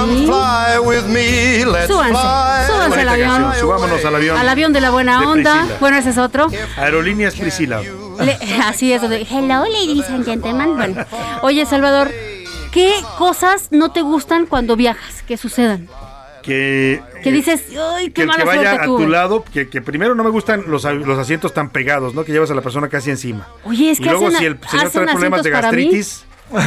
me. Súbanse al avión. Subámonos al avión. Al avión de la buena onda. Priscila. Bueno, ese es otro. Aerolíneas Priscila. Así es. Hello, ladies and gentlemen. Bueno, oye, Salvador, ¿qué cosas no te gustan cuando viajas? ¿Qué sucedan? Que dices, ¡ay, qué mala suerte tuve! Que el que vaya a tu lado, que primero no me gustan los asientos tan pegados, ¿no? Que llevas a la persona casi encima. Oye, es que y luego si el señor trae problemas de gastritis,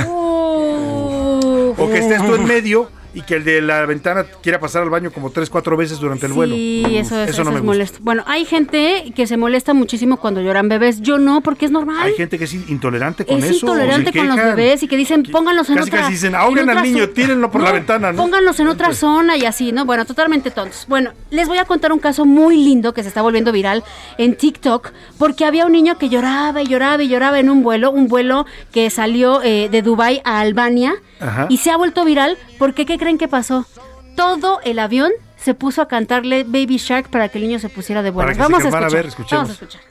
o que estés tú en medio y que el de la ventana quiera pasar al baño como 3-4 veces durante el vuelo. Sí, eso no me molesto. Bueno, hay gente que se molesta muchísimo cuando lloran bebés. Yo no, porque es normal. Hay gente que es intolerante con eso. Es intolerante con los bebés y que dicen, pónganlos en otra... Casi dicen, ahoguen al niño, tírenlo por la ventana, ¿no? Pónganlos en otra zona y así, ¿no? Bueno, totalmente tontos. Bueno, les voy a contar un caso muy lindo que se está volviendo viral en TikTok, porque había un niño que lloraba y lloraba y lloraba en un vuelo que salió de Dubái a Albania. Ajá. Y se ha vuelto viral porque, ¿qué creen que pasó? Todo el avión se puso a cantarle Baby Shark para que el niño se pusiera de buenas. Vamos a escuchar. A ver, escuchemos. Vamos a escuchar.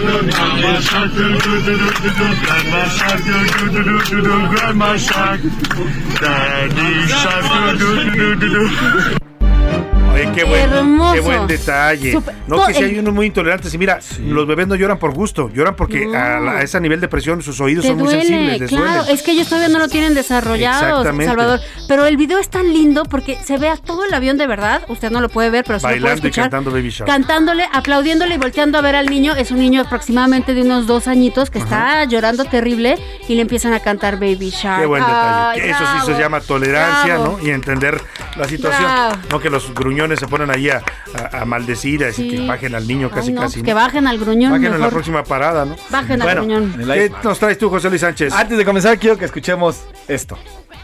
Oye, qué buen detalle. No, que si hay unos muy intolerantes. Y mira, los bebés no lloran por gusto, lloran porque a ese nivel de presión sus oídos son muy sensibles. Claro, es que ellos todavía no lo tienen desarrollado, Salvador. Pero el video es tan lindo porque se ve a todo el avión de verdad. Usted no lo puede ver, pero sí lo puede escuchar. Y cantando Baby Shark. Cantándole, aplaudiéndole y volteando a ver al niño. Es un niño aproximadamente de unos 2 añitos que está llorando terrible y le empiezan a cantar Baby Shark. Qué buen detalle. Eso sí se llama tolerancia, ¿no? Y entender la situación. No que los gruñones se ponen ahí a maldecir, a decir que bajen al niño casi. Que bajen al gruñón. Bajen en la próxima parada, ¿no? Bajen al gruñón. ¿Qué nos traes tú, José Luis Sánchez? Antes de comenzar, quiero que escuchemos esto.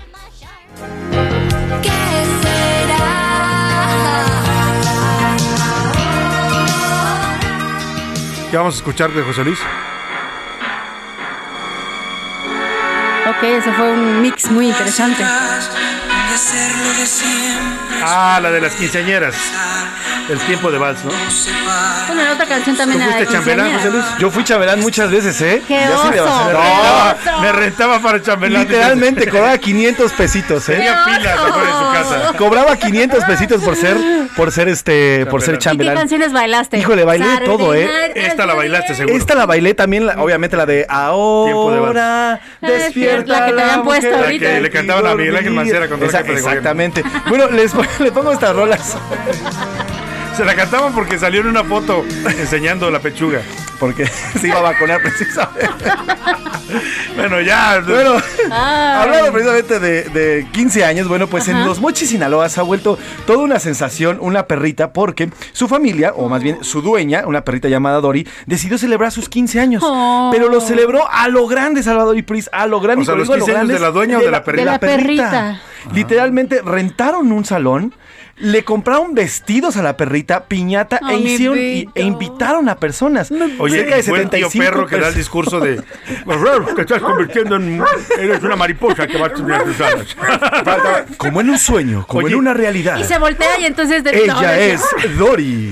¿Qué será? ¿Qué vamos a escuchar de José Luis? Ok, ese fue un mix muy interesante. Ah, la de las quinceañeras. El tiempo de vals, ¿no? Bueno, la otra canción también ¿Tú era de fuiste chambelán, José Luis? Yo fui chambelán muchas veces, ¿eh? ¡Qué Ya sí le oso! bajé. No, me rentaba para chambelán. Literalmente cobraba 500 pesitos, ¿eh? Tenía filas afuera de su casa. Cobraba 500 pesitos por ser ¿Y chambelán. qué canciones bailaste? Híjole, bailé de todo, ¿eh? Esta la bailaste, seguro. Esta la bailé también, obviamente la de Ahora despierta la que te habían puesto La ahorita. que le cantaban a Miguel Ángel Mancera cuando era jefe de gobierno. Exactamente. Bueno, le pongo estas rolas. Se la cantaban porque salió en una foto enseñando la pechuga. Porque se iba a vacunar precisamente. Bueno, ya. Bueno, hablando precisamente de 15 años, bueno, pues en Los Mochis, Sinaloa, se ha vuelto toda una sensación una perrita porque su familia, o más bien su dueña, una perrita llamada Dory, decidió celebrar sus 15 años. Pero lo celebró a lo grande, Salvador y Pris, a lo grande. O sea, los 15 años de la dueña o de la perrita. De la perrita. Literalmente rentaron un salón, le compraron vestidos a la perrita, piñata, e invitaron a personas. Oye, cerca de fue el tío 75 perro que da el discurso de te estás convirtiendo en eres una mariposa que va a tener tus alas. Como en un sueño, como en una realidad. Y se voltea y entonces... Ella es Dory.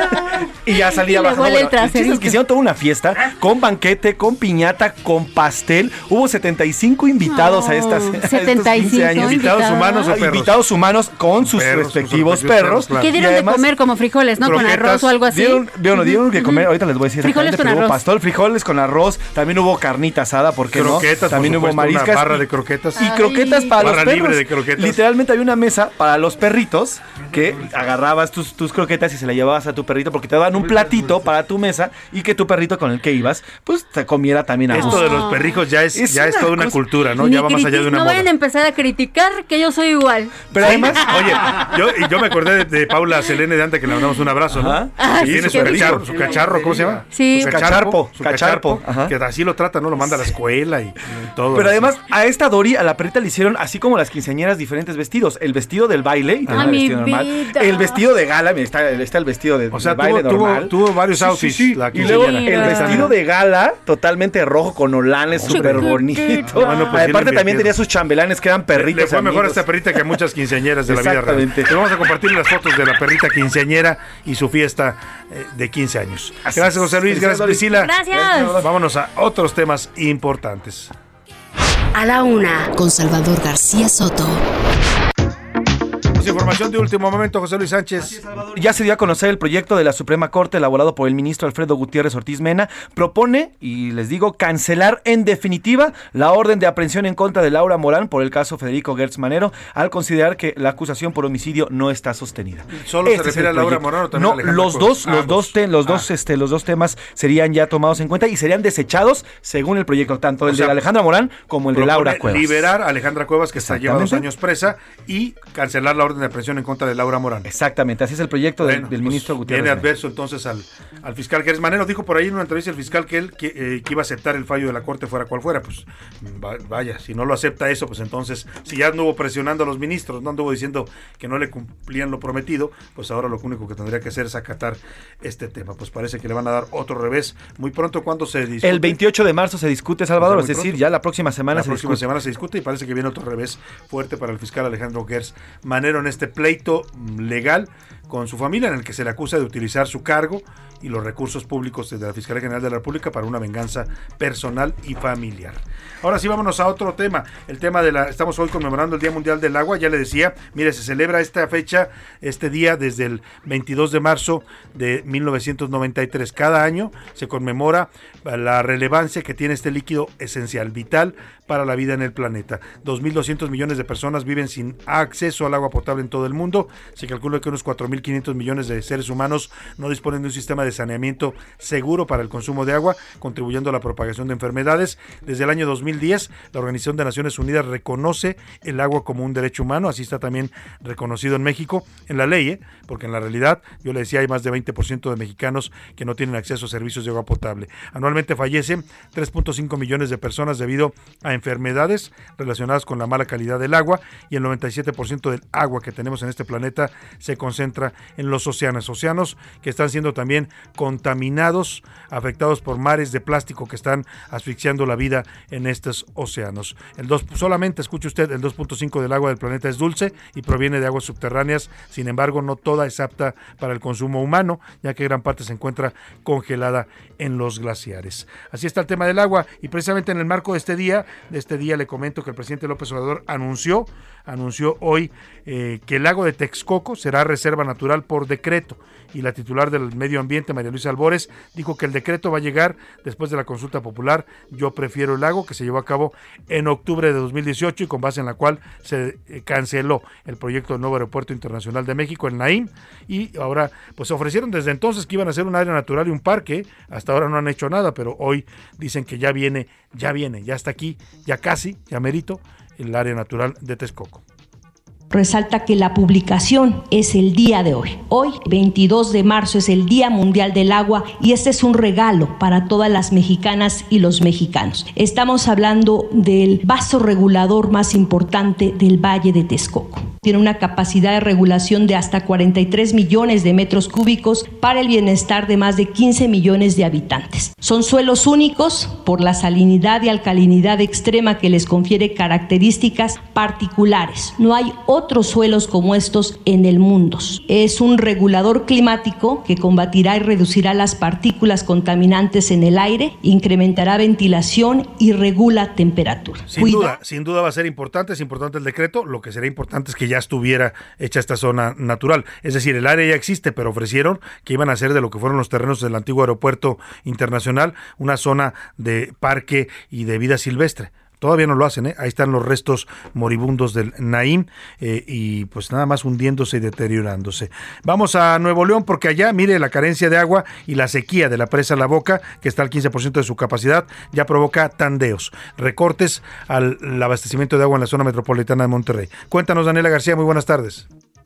Y ya salía Y le bajando. huele el traserito. Es que hicieron toda una fiesta con banquete, con piñata, con pastel. Hubo 75 invitados a estos 15 años. ¿Invitados humanos o perros? Invitados humanos con sus respectivos perros. claro. ¿Qué dieron de comer? Como frijoles, ¿no? Con arroz o algo así. Dieron de comer, ahorita les voy a decir. Frijoles con pero hubo arroz. pastor, frijoles con arroz. También hubo carnita asada, ¿por qué Croquetas, no? También por hubo supuesto, mariscas. una barra de croquetas. Y croquetas para los barra perros. libre de croquetas. Literalmente había una mesa para los perritos que agarrabas tus croquetas y se la llevabas a tu perrito porque te daban un platito para tu mesa y que tu perrito con el que ibas, pues te comiera también a gusto. Esto de los perrijos ya es toda una cultura, ¿no? Ni Ya va más allá de una no moda. vayan a empar a criticar que yo soy igual. Pero además, oye, yo me acordé de Paula Selene de Anta, que le mandamos un abrazo, ¿no? Ah, Tiene sí, su cacharro, ¿cómo se llama? Sí. Su cacharpo, Ajá. que así lo trata, ¿no? Lo manda a la escuela y todo. Pero además, a esta Dory, a la perrita le hicieron, así como las quinceañeras, diferentes vestidos. El vestido del baile, y también el vestido normal. vida. El vestido de gala, mira, está el vestido de baile normal. Tuvo varios outfits. Sí. La Y luego quinceañera. el vestido de gala, totalmente rojo, con olanes, súper bonito. Bueno, pues sí le Aparte también invirtieron. tenía sus chambelanes que eran perritos. Le fue mejor a amigos. esta perrita que a muchas quinceañeras de la vida real. Exactamente. Te vamos a compartir las fotos de la perrita quinceañera y su fiesta de 15 años. Gracias, José Luis. Gracias, Priscila. Gracias. Vámonos a otros temas importantes. A la una, con Salvador García Soto. Información de último momento, José Luis Sánchez. Ya se dio a conocer el proyecto de la Suprema Corte elaborado por el ministro Alfredo Gutiérrez Ortiz Mena. Propone, y les digo, cancelar en definitiva la orden de aprehensión en contra de Laura Morán por el caso Federico Gertz Manero, al considerar que la acusación por homicidio no está sostenida. ¿Solo se refiere a Laura Morán o también a Alejandra Cuevas? Los dos temas serían ya tomados en cuenta y serían desechados según el proyecto, tanto el de Alejandra Morán como el de Laura Cuevas. Liberar a Alejandra Cuevas, que lleva 2 años presa, y cancelar la orden de aprehensión en contra de Laura Morán. Exactamente, así es el proyecto del ministro Gutiérrez. Viene adverso entonces al fiscal Gertz Manero. Dijo por ahí en una entrevista el fiscal que él que iba a aceptar el fallo de la Corte fuera cual fuera. Pues vaya, si no lo acepta eso, pues entonces, si ya anduvo presionando a los ministros, no anduvo diciendo que no le cumplían lo prometido, pues ahora lo único que tendría que hacer es acatar este tema. Pues parece que le van a dar otro revés muy pronto. ¿Cuándo se discute? El 28 de marzo se discute, Salvador, O sea, es decir, ya la próxima semana se discute y parece que viene otro revés fuerte para el fiscal Alejandro Gertz Manero en este pleito legal con su familia, en el que se le acusa de utilizar su cargo y los recursos públicos de la Fiscalía General de la República para una venganza personal y familiar. Ahora sí, vámonos a otro tema. El tema estamos hoy conmemorando el Día Mundial del Agua. Ya le decía, mire, se celebra esta fecha, este día, desde el 22 de marzo de 1993. Cada año se conmemora la relevancia que tiene este líquido esencial, vital para la vida en el planeta. 2.200 millones de personas viven sin acceso al agua potable en todo el mundo. Se calcula que unos 4.500 millones de seres humanos no disponen de un sistema de saneamiento seguro para el consumo de agua, contribuyendo a la propagación de enfermedades. Desde el año 2010, la Organización de Naciones Unidas reconoce el agua como un derecho humano. Así está también reconocido en México, en la ley, porque en la realidad, yo le decía, hay más de 20% de mexicanos que no tienen acceso a servicios de agua potable. Anualmente fallecen 3.5 millones de personas debido a enfermedades relacionadas con la mala calidad del agua, y el 97% del agua que tenemos en este planeta se concentra vida en los océanos que están siendo también contaminados, afectados por mares de plástico que están asfixiando la vida en estos océanos. Solamente, escuche usted, el 2.5 del agua del planeta es dulce y proviene de aguas subterráneas. Sin embargo, no toda es apta para el consumo humano, ya que gran parte se encuentra congelada en los glaciares. Así está el tema del agua, y precisamente en el marco de este día le comento que el presidente López Obrador anunció hoy que el lago de Texcoco será reserva natural por decreto, y la titular del Medio Ambiente, María Luisa Albores, dijo que el decreto va a llegar después de la consulta popular Yo Prefiero el Lago, que se llevó a cabo en octubre de 2018 y con base en la cual se canceló el proyecto del nuevo aeropuerto internacional de México, el Naim, y ahora pues se ofrecieron desde entonces que iban a ser un área natural y un parque. Hasta ahora no han hecho nada, pero hoy dicen que ya viene, ya está aquí, ya casi, ya merito, el área natural de Texcoco. Resalta que la publicación es el día de hoy. Hoy, 22 de marzo, es el Día Mundial del Agua, y este es un regalo para todas las mexicanas y los mexicanos. Estamos hablando del vaso regulador más importante del Valle de Texcoco. Tiene una capacidad de regulación de hasta 43 millones de metros cúbicos para el bienestar de más de 15 millones de habitantes. Son suelos únicos por la salinidad y alcalinidad extrema que les confiere características particulares. No hay otros suelos como estos en el mundo. Es un regulador climático que combatirá y reducirá las partículas contaminantes en el aire, incrementará ventilación y regula temperatura. Sin duda va a ser importante, es importante el decreto. Lo que será importante es que ya estuviera hecha esta zona natural. Es decir, el área ya existe, pero ofrecieron que iban a hacer de lo que fueron los terrenos del antiguo aeropuerto internacional una zona de parque y de vida silvestre. Todavía no lo hacen, Ahí están los restos moribundos del Naim, y pues nada más hundiéndose y deteriorándose. Vamos a Nuevo León, porque allá, mire, la carencia de agua y la sequía de la presa La Boca, que está al 15% de su capacidad, ya provoca tandeos, recortes al abastecimiento de agua en la zona metropolitana de Monterrey. Cuéntanos, Daniela García, muy buenas tardes.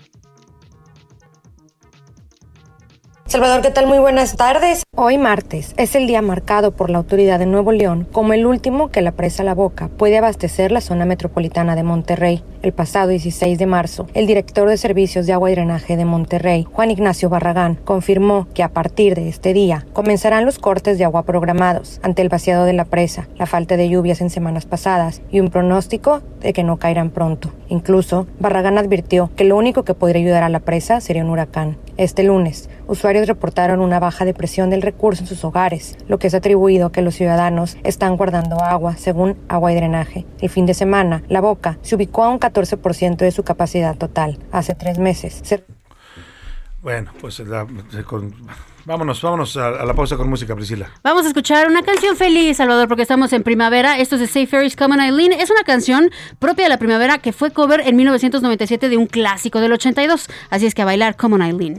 Salvador, ¿qué tal? Muy buenas tardes. Hoy martes es el día marcado por la autoridad de Nuevo León como el último que la presa La Boca puede abastecer la zona metropolitana de Monterrey. El pasado 16 de marzo, el director de Servicios de Agua y Drenaje de Monterrey, Juan Ignacio Barragán, confirmó que a partir de este día comenzarán los cortes de agua programados ante el vaciado de la presa, la falta de lluvias en semanas pasadas y un pronóstico de que no caerán pronto. Incluso, Barragán advirtió que lo único que podría ayudar a la presa sería un huracán. Este lunes, usuarios reportaron una baja de presión del recurso en sus hogares, lo que es atribuido a que los ciudadanos están guardando agua, según Agua y Drenaje. El fin de semana, La Boca se ubicó a un 14% de su capacidad total. Hace 3 meses. Bueno, pues vámonos a la pausa con música, Priscila. Vamos a escuchar una canción feliz, Salvador, porque estamos en primavera. Esto es de Say Ferris, Come On Eileen. Es una canción propia de la primavera que fue cover en 1997 de un clásico del 82. Así es que a bailar Come On Eileen.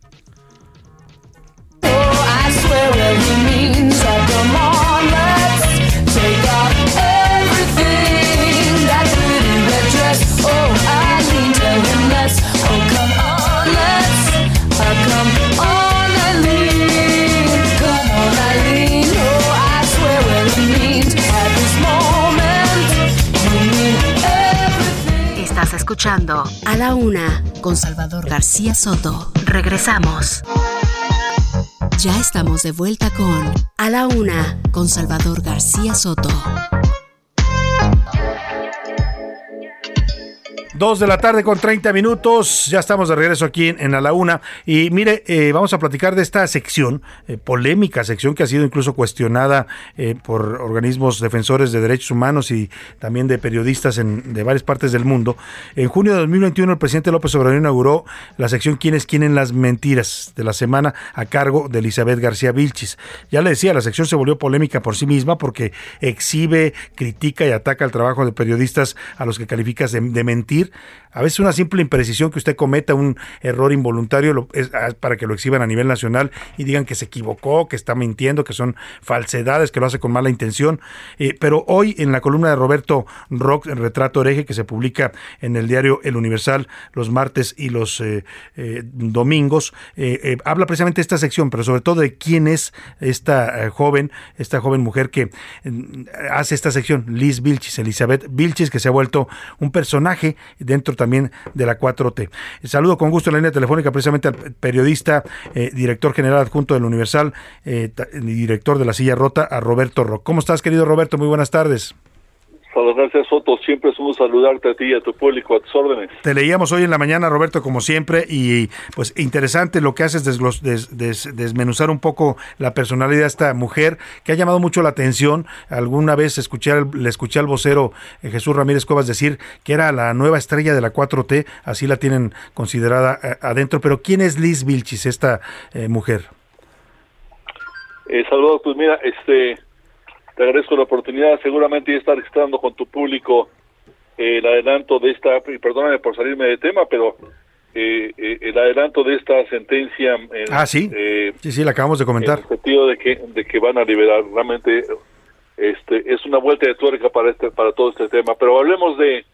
Estás escuchando A la Una con Salvador García Soto. Regresamos. Ya estamos de vuelta con A la Una con Salvador García Soto. 2 de la tarde con 30 minutos, ya estamos de regreso aquí en A la Una, y mire, vamos a platicar de esta sección, polémica sección que ha sido incluso cuestionada por organismos defensores de derechos humanos y también de periodistas de varias partes del mundo. En junio de 2021 el presidente López Obrador inauguró la sección ¿Quiénes quieren las mentiras? De la semana a cargo de Elizabeth García Vilchis. Ya le decía, la sección se volvió polémica por sí misma porque exhibe, critica y ataca el trabajo de periodistas a los que califica de mentir. A veces una simple imprecisión que usted cometa, un error involuntario, es para que lo exhiban a nivel nacional y digan que se equivocó, que está mintiendo, que son falsedades, que lo hace con mala intención. Pero hoy en la columna de Roberto Rock, el Retrato Hereje, que se publica en el diario El Universal los martes y los domingos, habla precisamente de esta sección, pero sobre todo de quién es esta joven mujer que hace esta sección, Liz Vilchis, Elizabeth Vilchis, que se ha vuelto un personaje dentro también de la 4T. Saludo con gusto en la línea telefónica precisamente al periodista, director general adjunto del Universal, director de La Silla Rota, a Roberto Roch. ¿Cómo estás, querido Roberto? Muy buenas tardes. Gracias, Soto. Siempre es un saludarte a ti y a tu público, a tus órdenes. Te leíamos hoy en la mañana, Roberto, como siempre, y pues interesante lo que haces, desmenuzar un poco la personalidad de esta mujer que ha llamado mucho la atención. Alguna vez le escuché al vocero Jesús Ramírez Cuevas decir que era la nueva estrella de la 4T, así la tienen considerada adentro. Pero ¿quién es Liz Vilchis, esta mujer? Saludos, pues mira, te agradezco la oportunidad. Seguramente ya está registrando con tu público el adelanto de esta, y perdóname por salirme de tema, pero el adelanto de esta sentencia. Sí, la acabamos de comentar. En el sentido de que van a liberar. Realmente es una vuelta de tuerca para todo este tema. Pero hablemos de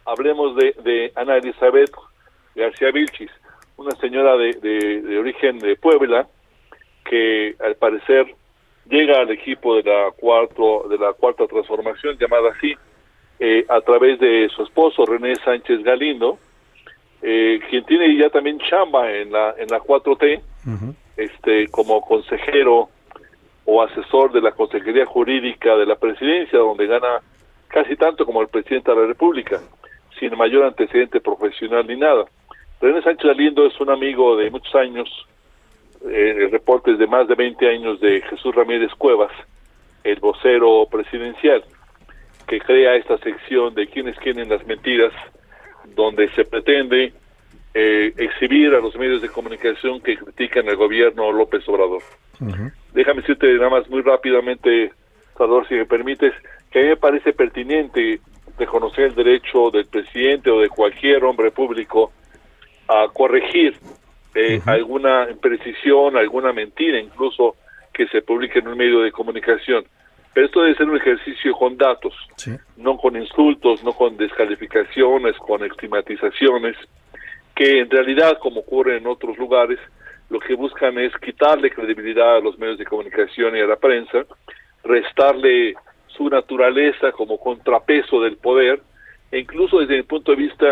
Ana Elizabeth García Vilchis, una señora de origen de Puebla, que al parecer llega al equipo de la cuarta transformación, llamada así, a través de su esposo René Sánchez Galindo, quien tiene ya también chamba en la 4T, como consejero o asesor de la Consejería Jurídica de la Presidencia, donde gana casi tanto como el presidente de la República, sin mayor antecedente profesional ni nada. René Sánchez Galindo es un amigo de muchos años, reportes de más de 20 años de Jesús Ramírez Cuevas, el vocero presidencial, que crea esta sección de quién es quién en las mentiras, donde se pretende exhibir a los medios de comunicación que critican al gobierno López Obrador. Déjame decirte nada más muy rápidamente, Salvador, si me permites, que a mí me parece pertinente reconocer el derecho del presidente o de cualquier hombre público a corregir alguna imprecisión, alguna mentira incluso que se publique en un medio de comunicación. Pero esto debe ser un ejercicio con datos, no con insultos, no con descalificaciones, con estigmatizaciones, que en realidad, como ocurre en otros lugares, lo que buscan es quitarle credibilidad a los medios de comunicación y a la prensa, restarle su naturaleza como contrapeso del poder, e incluso desde el punto de vista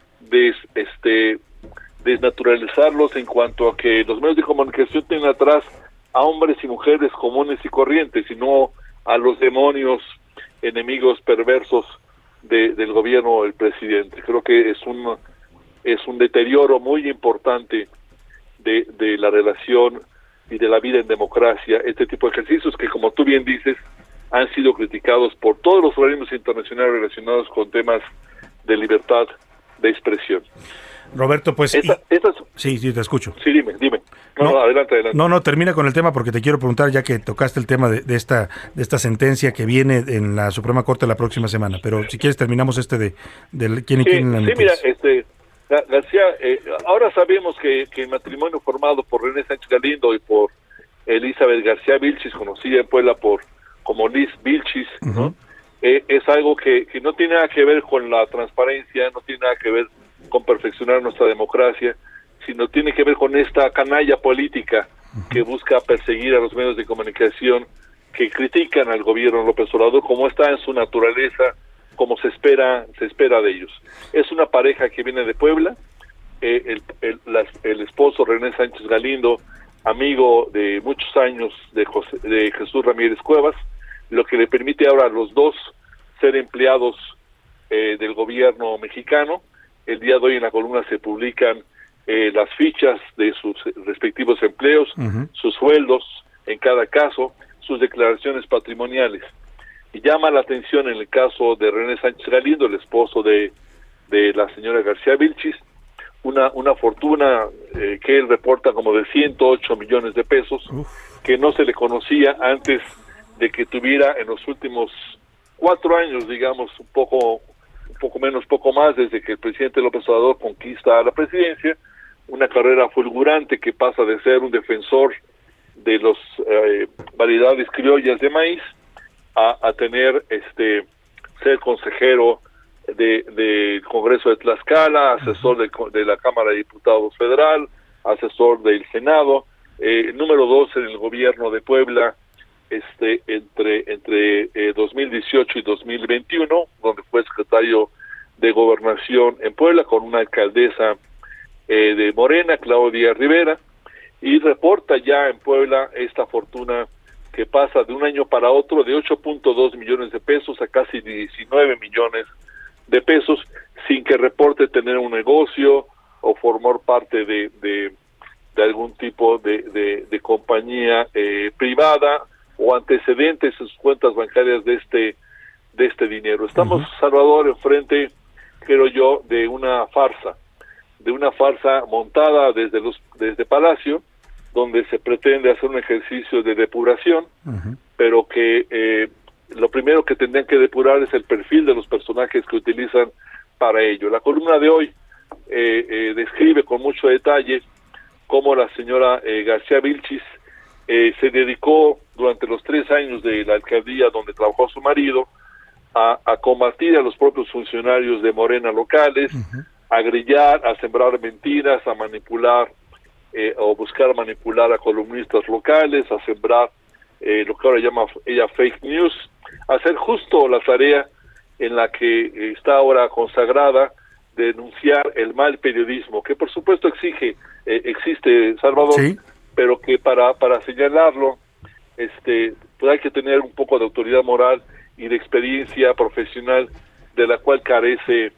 de desnaturalizarlos en cuanto a que los medios de comunicación tienen atrás a hombres y mujeres comunes y corrientes, y no a los demonios enemigos perversos del gobierno del presidente. Creo que es un deterioro muy importante de la relación y de la vida en democracia, este tipo de ejercicios que, como tú bien dices, han sido criticados por todos los organismos internacionales relacionados con temas de libertad de expresión. Roberto, pues... Sí, te escucho. Sí, dime. No, adelante. No, termina con el tema porque te quiero preguntar, ya que tocaste el tema de esta sentencia que viene en la Suprema Corte la próxima semana, pero si quieres terminamos de quién y quién en la noticia. Mira, García, ahora sabemos que el matrimonio formado por René Sánchez Galindo y por Elizabeth García Vilchis, conocida en Puebla como Liz Vilchis, ¿no? Es algo que no tiene nada que ver con la transparencia, no tiene nada que ver con perfeccionar nuestra democracia, sino tiene que ver con esta canalla política que busca perseguir a los medios de comunicación que critican al gobierno López Obrador, como está en su naturaleza, como se espera de ellos. Es una pareja que viene de Puebla, el esposo René Sánchez Galindo, amigo de muchos años de Jesús Ramírez Cuevas, lo que le permite ahora a los dos ser empleados del gobierno mexicano. El día de hoy en la columna se publican las fichas de sus respectivos empleos, sus sueldos en cada caso, sus declaraciones patrimoniales. Y llama la atención en el caso de René Sánchez Galindo, el esposo de la señora García Vilchis, una fortuna que él reporta como de 108 millones de pesos, que no se le conocía antes de que tuviera en los últimos 4 años, digamos, un poco menos, poco más, desde que el presidente López Obrador conquista la presidencia, una carrera fulgurante que pasa de ser un defensor de las variedades criollas de maíz a tener ser consejero del Congreso de Tlaxcala, asesor de la Cámara de Diputados Federal, asesor del Senado, número 2 en el gobierno de Puebla, entre 2018 y 2021, donde fue secretario de Gobernación en Puebla, con una alcaldesa de Morena, Claudia Rivera, y reporta ya en Puebla esta fortuna que pasa de un año para otro de 8.2 millones de pesos a casi 19 millones de pesos, sin que reporte tener un negocio o formar parte de algún tipo de compañía privada o antecedentes en sus cuentas bancarias de este dinero. Estamos, Salvador, enfrente, creo yo, de una farsa montada desde Palacio, donde se pretende hacer un ejercicio de depuración, pero que lo primero que tendrían que depurar es el perfil de los personajes que utilizan para ello. La columna de hoy describe con mucho detalle cómo la señora García Vilchis se dedicó durante los 3 años de la alcaldía donde trabajó su marido a combatir a los propios funcionarios de Morena locales, a grillar, a sembrar mentiras, a manipular o buscar manipular a columnistas locales, a sembrar lo que ahora llama ella fake news, a hacer justo la tarea en la que está ahora consagrada, denunciar el mal periodismo, que por supuesto existe, Salvador, ¿sí? Pero que para señalarlo, pues hay que tener un poco de autoridad moral y de experiencia profesional de la cual carece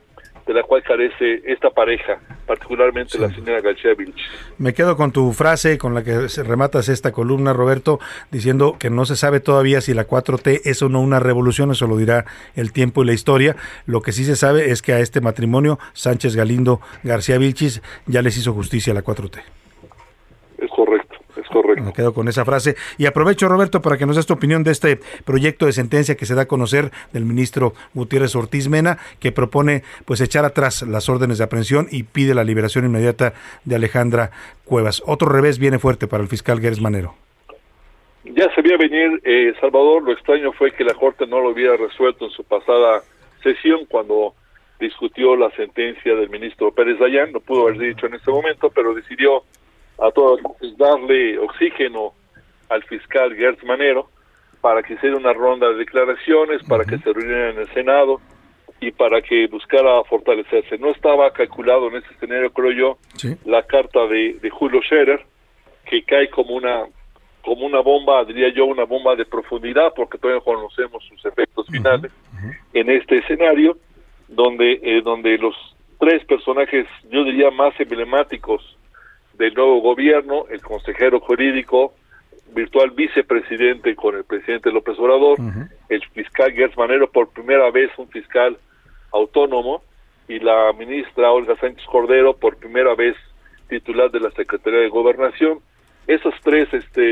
esta pareja, particularmente la señora García Vilchis. Me quedo con tu frase con la que rematas esta columna, Roberto, diciendo que no se sabe todavía si la 4T es o no una revolución, eso lo dirá el tiempo y la historia. Lo que sí se sabe es que a este matrimonio, Sánchez Galindo García Vilchis, ya les hizo justicia la 4T. Es correcto. Me quedo con esa frase y aprovecho, Roberto, para que nos des tu opinión de este proyecto de sentencia que se da a conocer del ministro Gutiérrez Ortiz Mena, que propone pues echar atrás las órdenes de aprehensión y pide la liberación inmediata de Alejandra Cuevas. Otro revés viene fuerte para el fiscal Gers Manero. Ya se veía venir, Salvador. Lo extraño fue que la Corte no lo hubiera resuelto en su pasada sesión cuando discutió la sentencia del ministro Pérez Dayán. No pudo haber dicho en ese momento, pero decidió a todos darle oxígeno al fiscal Gers Manero para que hiciera una ronda de declaraciones, para que se reuniera en el Senado y para que buscara fortalecerse. No estaba calculado en ese escenario, creo yo, ¿sí?, la carta de Julio Scherer, que cae como una bomba, diría yo, una bomba de profundidad, porque todavía conocemos sus efectos finales en este escenario, donde los 3 personajes, yo diría, más emblemáticos del nuevo gobierno, el consejero jurídico, virtual vicepresidente con el presidente López Obrador, el fiscal Gers Manero, por primera vez un fiscal autónomo, y la ministra Olga Sánchez Cordero, por primera vez titular de la Secretaría de Gobernación. Esas 3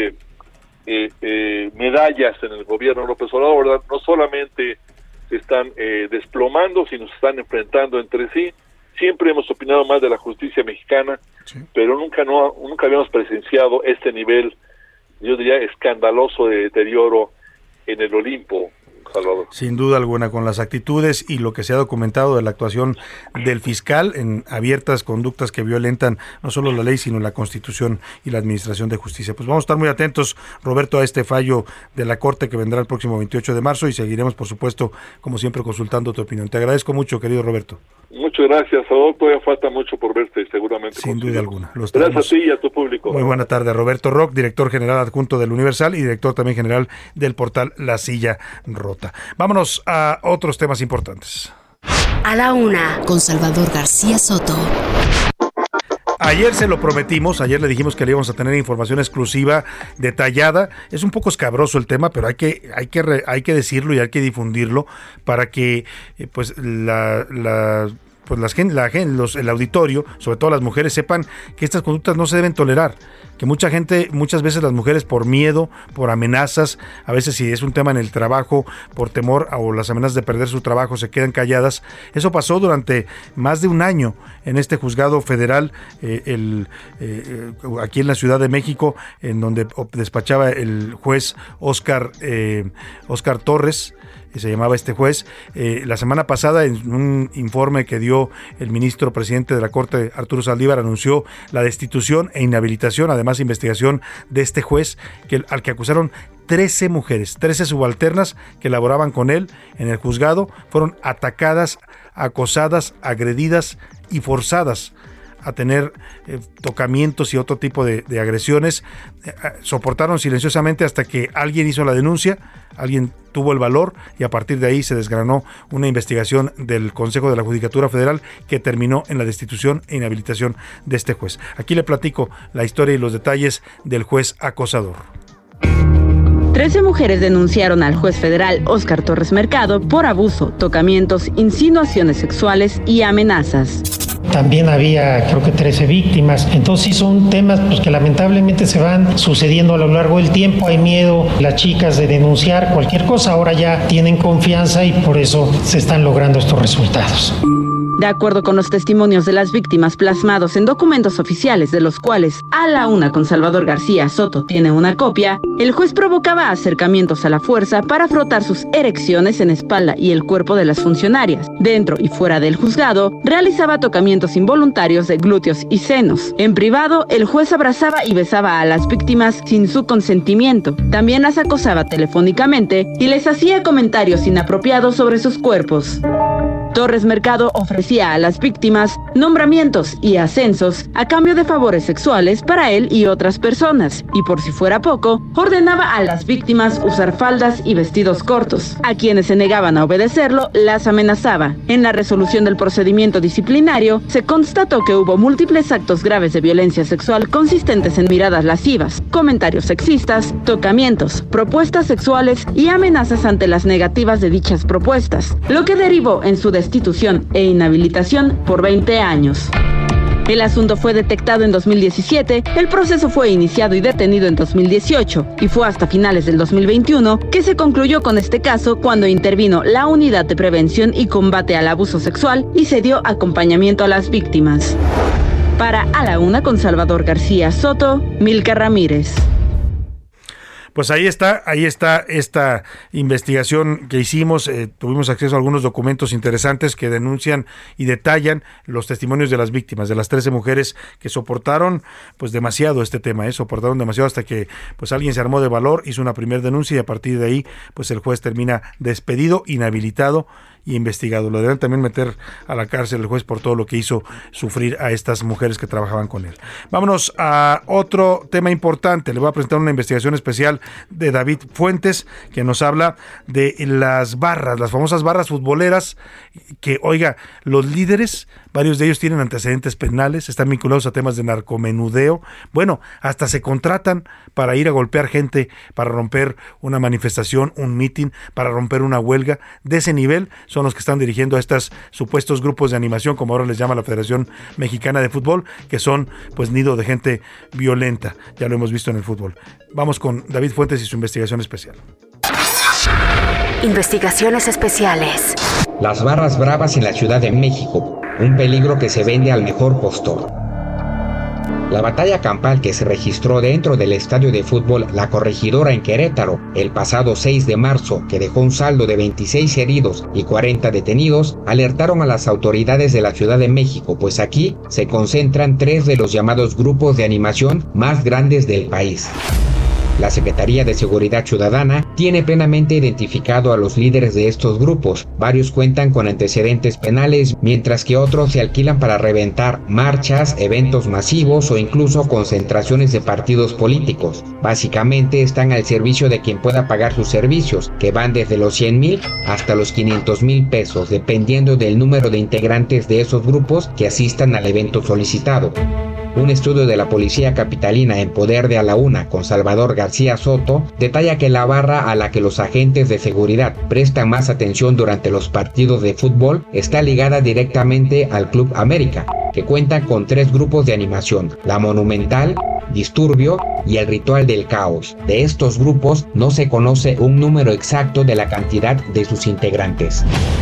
medallas en el gobierno López Obrador, ¿verdad?, no solamente se están desplomando, sino se están enfrentando entre sí. Siempre hemos opinado más de la justicia mexicana, sí, pero nunca habíamos presenciado este nivel, yo diría, escandaloso de deterioro en el Olimpo, Salvador. Sin duda alguna, con las actitudes y lo que se ha documentado de la actuación del fiscal en abiertas conductas que violentan no solo la ley, sino la Constitución y la Administración de Justicia. Pues vamos a estar muy atentos, Roberto, a este fallo de la Corte que vendrá el próximo 28 de marzo y seguiremos, por supuesto, como siempre, consultando tu opinión. Te agradezco mucho, querido Roberto. Muchas gracias, Salvador. Todavía falta mucho por verte, seguramente. Sin duda alguna. Gracias a ti y a tu público. Muy buena tarde, Roberto Roch, director general adjunto del Universal y director también general del portal La Silla Rota. Vámonos a otros temas importantes. A la una, con Salvador García Soto. Ayer se lo prometimos, ayer le dijimos que le íbamos a tener información exclusiva, detallada. Es un poco escabroso el tema, pero hay que decirlo y hay que difundirlo para que pues el auditorio, sobre todo las mujeres, sepan que estas conductas no se deben tolerar, que muchas veces las mujeres por miedo, por amenazas, a veces si es un tema en el trabajo, por temor o las amenazas de perder su trabajo, se quedan calladas. Eso pasó durante más de un año en este juzgado federal, aquí en la Ciudad de México, en donde despachaba el juez Óscar Torres. se llamaba este juez. La semana pasada, en un informe que dio el ministro presidente de la Corte, Arturo Saldívar, anunció la destitución e inhabilitación, además investigación de este juez al que acusaron 13 mujeres, 13 subalternas que laboraban con él en el juzgado, fueron atacadas, acosadas, agredidas y forzadas a tener tocamientos y otro tipo de agresiones. Soportaron silenciosamente hasta que alguien hizo la denuncia, alguien tuvo el valor, y a partir de ahí se desgranó una investigación del Consejo de la Judicatura Federal que terminó en la destitución e inhabilitación de este juez. Aquí le platico la historia y los detalles del juez acosador. 13 mujeres denunciaron al juez federal Óscar Torres Mercado por abuso, tocamientos, insinuaciones sexuales y amenazas. También había, creo que 13 víctimas. Entonces sí son temas pues, que lamentablemente se van sucediendo a lo largo del tiempo. Hay miedo las chicas de denunciar cualquier cosa. Ahora ya tienen confianza y por eso se están logrando estos resultados. De acuerdo con los testimonios de las víctimas plasmados en documentos oficiales, de los cuales A la Una con Salvador García Soto tiene una copia, el juez provocaba acercamientos a la fuerza para frotar sus erecciones en espalda y el cuerpo de las funcionarias. Dentro y fuera del juzgado, realizaba tocamientos involuntarios de glúteos y senos. En privado, el juez abrazaba y besaba a las víctimas sin su consentimiento. También las acosaba telefónicamente y les hacía comentarios inapropiados sobre sus cuerpos. Torres Mercado ofrecía a las víctimas nombramientos y ascensos a cambio de favores sexuales para él y otras personas, y por si fuera poco, ordenaba a las víctimas usar faldas y vestidos cortos. A quienes se negaban a obedecerlo, las amenazaba. En la resolución del procedimiento disciplinario, se constató que hubo múltiples actos graves de violencia sexual consistentes en miradas lascivas, comentarios sexistas, tocamientos, propuestas sexuales y amenazas ante las negativas de dichas propuestas, lo que derivó en su destitución e inhabilitación por 20 años. El asunto fue detectado en 2017, el proceso fue iniciado y detenido en 2018 y fue hasta finales del 2021 que se concluyó con este caso, cuando intervino la Unidad de Prevención y Combate al Abuso Sexual y se dio acompañamiento a las víctimas. Para A la Una con Salvador García Soto, Milka Ramírez. Pues ahí está esta investigación que hicimos. Tuvimos acceso a algunos documentos interesantes que denuncian y detallan los testimonios de las víctimas, de las 13 mujeres que soportaron pues demasiado este tema, soportaron demasiado hasta que pues alguien se armó de valor, hizo una primera denuncia y a partir de ahí pues el juez termina despedido, inhabilitado y investigado. Lo deben también meter a la cárcel el juez por todo lo que hizo sufrir a estas mujeres que trabajaban con él. Vámonos a otro tema importante. Le voy a presentar una investigación especial de David Fuentes, que nos habla de las barras, las famosas barras futboleras, que, oiga, los líderes, varios de ellos tienen antecedentes penales, están vinculados a temas de narcomenudeo. Bueno, hasta se contratan para ir a golpear gente, para romper una manifestación, un mitin, para romper una huelga. De ese nivel son los que están dirigiendo a estos supuestos grupos de animación, como ahora les llama la Federación Mexicana de Fútbol, que son pues nido de gente violenta. Ya lo hemos visto en el fútbol. Vamos con David Fuentes y su investigación especial. Investigaciones especiales. Las barras bravas en la Ciudad de México, un peligro que se vende al mejor postor. La batalla campal que se registró dentro del estadio de fútbol La Corregidora en Querétaro el pasado 6 de marzo, que dejó un saldo de 26 heridos y 40 detenidos, alertaron a las autoridades de la Ciudad de México, pues aquí se concentran 3 de los llamados grupos de animación más grandes del país. La Secretaría de Seguridad Ciudadana tiene plenamente identificado a los líderes de estos grupos. Varios cuentan con antecedentes penales, mientras que otros se alquilan para reventar marchas, eventos masivos o incluso concentraciones de partidos políticos. Básicamente están al servicio de quien pueda pagar sus servicios, que van desde los 100,000 hasta los 500,000 pesos, dependiendo del número de integrantes de esos grupos que asistan al evento solicitado. Un estudio de la Policía Capitalina en poder de A la Una con Salvador García Soto detalla que la barra a la que los agentes de seguridad prestan más atención durante los partidos de fútbol está ligada directamente al Club América, que cuenta con 3 grupos de animación: La Monumental, Disturbio y el Ritual del Caos. De estos grupos no se conoce un número exacto de la cantidad de sus integrantes.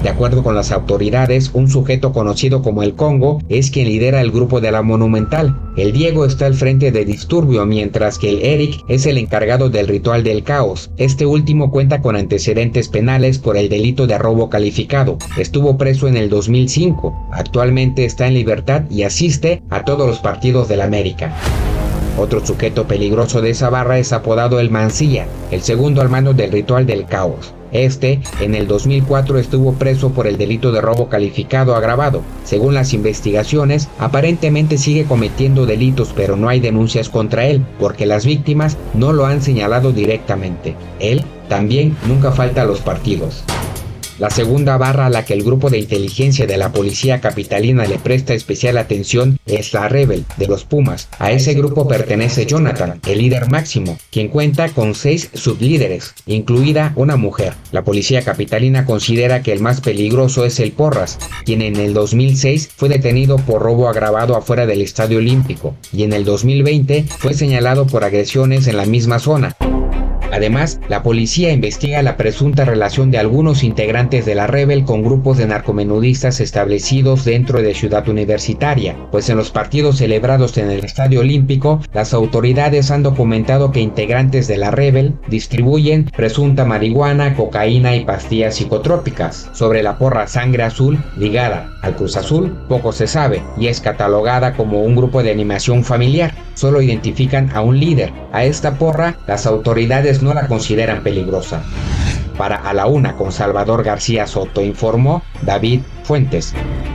De acuerdo con las autoridades, un sujeto conocido como el Congo es quien lidera el grupo de la Monumental. El Diego está al frente de disturbio, mientras que el Eric es el encargado del ritual del caos. Este último cuenta con antecedentes penales por el delito de robo calificado. Estuvo preso en el 2005. Actualmente está en libertad y asiste a todos los partidos del América. Otro sujeto peligroso de esa barra es apodado el Mancilla, el segundo al mando del ritual del caos. Este, en el 2004 estuvo preso por el delito de robo calificado agravado. Según las investigaciones, aparentemente sigue cometiendo delitos, pero no hay denuncias contra él, porque las víctimas no lo han señalado directamente. Él también nunca falta a los partidos. La segunda barra a la que el grupo de inteligencia de la policía capitalina le presta especial atención es la Rebel, de los Pumas. A ese grupo pertenece Jonathan, el líder máximo, quien cuenta con 6 sublíderes, incluida una mujer. La policía capitalina considera que el más peligroso es el Porras, quien en el 2006 fue detenido por robo agravado afuera del Estadio Olímpico, y en el 2020 fue señalado por agresiones en la misma zona. Además, la policía investiga la presunta relación de algunos integrantes de la Rebel con grupos de narcomenudistas establecidos dentro de Ciudad Universitaria, pues en los partidos celebrados en el Estadio Olímpico, las autoridades han documentado que integrantes de la Rebel distribuyen presunta marihuana, cocaína y pastillas psicotrópicas. Sobre la porra Sangre Azul, ligada al Cruz Azul, poco se sabe y es catalogada como un grupo de animación familiar. Solo identifican a un líder. A esta porra, las autoridades no la consideran peligrosa. Para A la Una con Salvador García Soto, informó David Fuentes.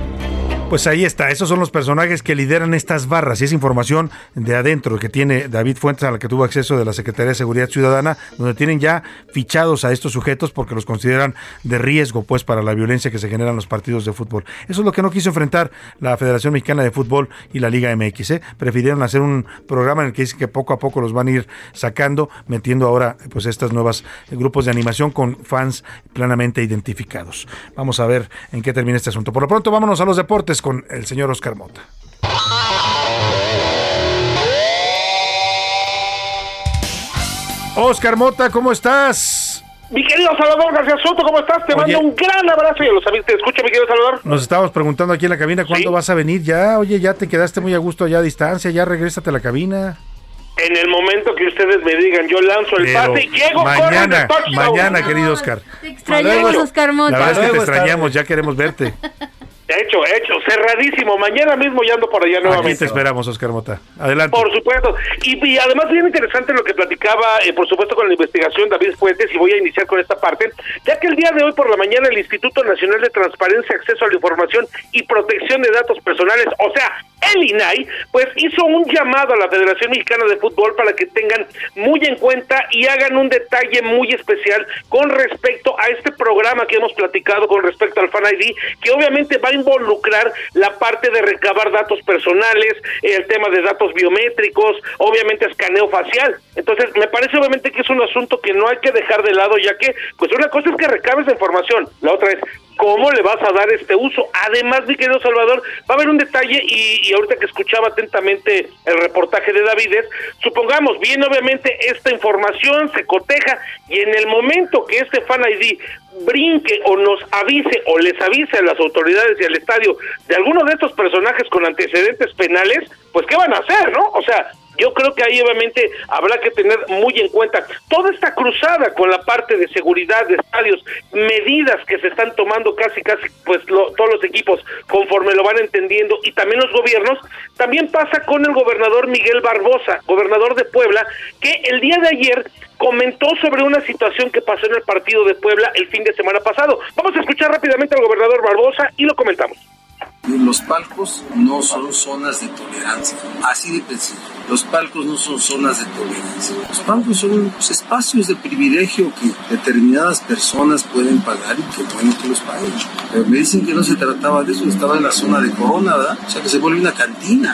Pues ahí está, esos son los personajes que lideran estas barras y es información de adentro que tiene David Fuentes, a la que tuvo acceso de la Secretaría de Seguridad Ciudadana, donde tienen ya fichados a estos sujetos porque los consideran de riesgo pues para la violencia que se genera en los partidos de fútbol. Eso es lo que no quiso enfrentar la Federación Mexicana de Fútbol y la Liga MX. Prefirieron hacer un programa en el que dicen que poco a poco los van a ir sacando, metiendo ahora pues estas nuevas grupos de animación con fans plenamente identificados. Vamos a ver en qué termina este asunto. Por lo pronto vámonos a los deportes con el señor Oscar Mota. Oscar Mota, ¿cómo estás? Mi querido Salvador García Soto, ¿cómo estás? Te mando un gran abrazo y los amigos. ¿Te escucha, mi querido Salvador? Nos estábamos preguntando aquí en la cabina cuándo vas a venir ya. Oye, ya te quedaste muy a gusto allá a distancia, ya regrésate a la cabina. En el momento que ustedes me digan, yo lanzo el pase y llego, mañana, mañana, querido Oscar. Te extrañamos, Oscar Mota. La verdad es que te extrañamos, ya queremos verte. Hecho, cerradísimo. Mañana mismo ya ando por allá nuevamente. Aquí te esperamos, Oscar Mota. Adelante. Por supuesto. Y además bien interesante lo que platicaba, por supuesto, con la investigación David Fuentes, y voy a iniciar con esta parte, ya que el día de hoy por la mañana el Instituto Nacional de Transparencia, Acceso a la Información y Protección de Datos Personales, o sea, el INAI, pues hizo un llamado a la Federación Mexicana de Fútbol para que tengan muy en cuenta y hagan un detalle muy especial con respecto a este programa que hemos platicado con respecto al Fan ID, que obviamente va a involucrar la parte de recabar datos personales, el tema de datos biométricos, obviamente escaneo facial. Entonces, me parece obviamente que es un asunto que no hay que dejar de lado, ya que, pues una cosa es que recabes la información, la otra es ¿cómo le vas a dar este uso? Además, mi querido Salvador, va a haber un detalle, y ahorita que escuchaba atentamente el reportaje de Davides, supongamos, bien, obviamente, esta información se coteja, y en el momento que este Fan ID brinque o nos avise o les avise a las autoridades y al estadio de alguno de estos personajes con antecedentes penales, pues ¿qué van a hacer, no? O sea, yo creo que ahí obviamente habrá que tener muy en cuenta toda esta cruzada con la parte de seguridad de estadios, medidas que se están tomando casi pues todos los equipos conforme lo van entendiendo, y también los gobiernos. También pasa con el gobernador Miguel Barbosa, gobernador de Puebla, que el día de ayer comentó sobre una situación que pasó en el partido de Puebla el fin de semana pasado. Vamos a escuchar rápidamente al gobernador Barbosa y lo comentamos. Los palcos no son zonas de tolerancia, así de preciso. Los palcos no son zonas de tolerancia. Los palcos son espacios de privilegio que determinadas personas pueden pagar, y qué bueno que los paguen. Pero me dicen que no se trataba de eso, estaba en la zona de Corona, ¿verdad? O sea, que se vuelve una cantina.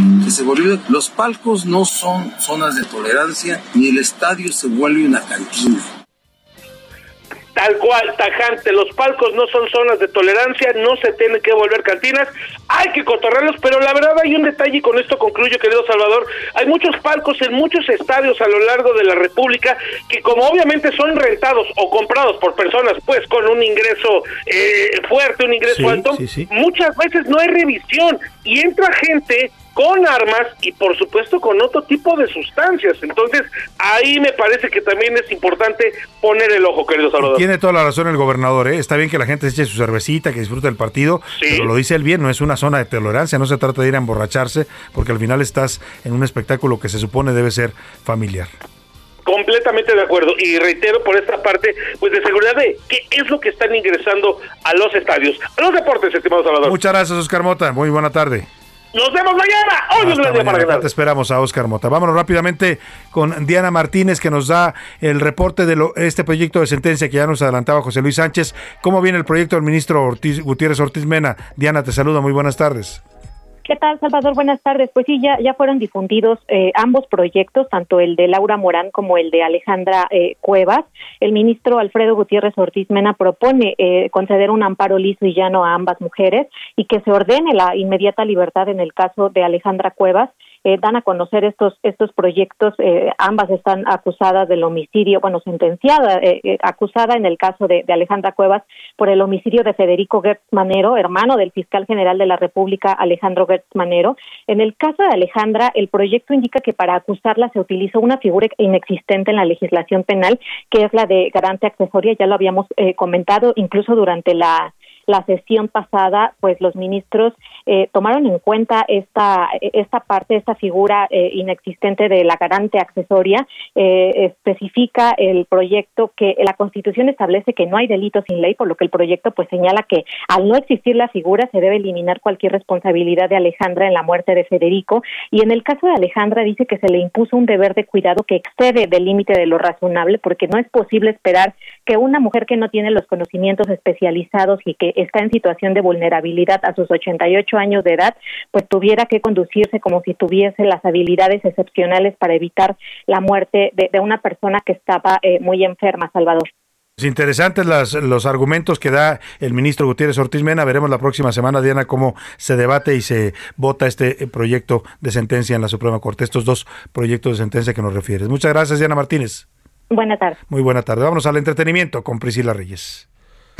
Los palcos no son zonas de tolerancia, ni el estadio se vuelve una cantina. tal cual, tajante, los palcos no son zonas de tolerancia, no se tienen que volver cantinas, hay que cotorrearlos, pero la verdad hay un detalle, y con esto concluyo, querido Salvador, hay muchos palcos en muchos estadios a lo largo de la República, que como obviamente son rentados o comprados por personas pues con un ingreso fuerte, un ingreso alto, muchas veces no hay revisión, y entra gente con armas y por supuesto con otro tipo de sustancias. Entonces ahí me parece que también es importante poner el ojo, querido Salvador. Tiene toda la razón el gobernador, ¿eh? Está bien que la gente se eche su cervecita, que disfrute del partido, pero lo dice él bien, no es una zona de tolerancia, no se trata de ir a emborracharse, porque al final estás en un espectáculo que se supone debe ser familiar. Completamente de acuerdo, y reitero por esta parte, pues de seguridad de qué es lo que están ingresando a los estadios, a los deportes, estimado Salvador. Muchas gracias, Oscar Mota, muy buena tarde. Nos vemos mañana. Hoy es el día para ganar. Te esperamos a Oscar Mota. Vámonos rápidamente con Diana Martínez, que nos da el reporte de este proyecto de sentencia que ya nos adelantaba José Luis Sánchez. ¿Cómo viene el proyecto del ministro Gutiérrez Ortiz Mena? Diana, te saludo. Muy buenas tardes. ¿Qué tal, Salvador? Buenas tardes. Pues sí, ya fueron difundidos ambos proyectos, tanto el de Laura Morán como el de Alejandra Cuevas. El ministro Alfredo Gutiérrez Ortiz Mena propone conceder un amparo liso y llano a ambas mujeres y que se ordene la inmediata libertad en el caso de Alejandra Cuevas. Dan a conocer estos proyectos, ambas están acusadas del homicidio, sentenciada, acusada en el caso de Alejandra Cuevas por el homicidio de Federico Gertz Manero, hermano del fiscal general de la República, Alejandro Gertz Manero. En el caso de Alejandra, el proyecto indica que para acusarla se utilizó una figura inexistente en la legislación penal, que es la de garante accesoria, ya lo habíamos comentado, incluso durante la sesión pasada, pues los ministros tomaron en cuenta esta figura inexistente de la garante accesoria. Especifica el proyecto que la Constitución establece que no hay delito sin ley, por lo que el proyecto pues señala que al no existir la figura se debe eliminar cualquier responsabilidad de Alejandra en la muerte de Federico, y en el caso de Alejandra dice que se le impuso un deber de cuidado que excede del límite de lo razonable, porque no es posible esperar que una mujer que no tiene los conocimientos especializados y que está en situación de vulnerabilidad a sus 88 años de edad, pues tuviera que conducirse como si tuviese las habilidades excepcionales para evitar la muerte de una persona que estaba muy enferma, Salvador. Es interesantes los argumentos que da el ministro Gutiérrez Ortiz Mena. Veremos la próxima semana, Diana, cómo se debate y se vota este proyecto de sentencia en la Suprema Corte, estos dos proyectos de sentencia que nos refieres. Muchas gracias, Diana Martínez. Buena tarde. Muy buena tarde. Vámonos al entretenimiento con Priscila Reyes.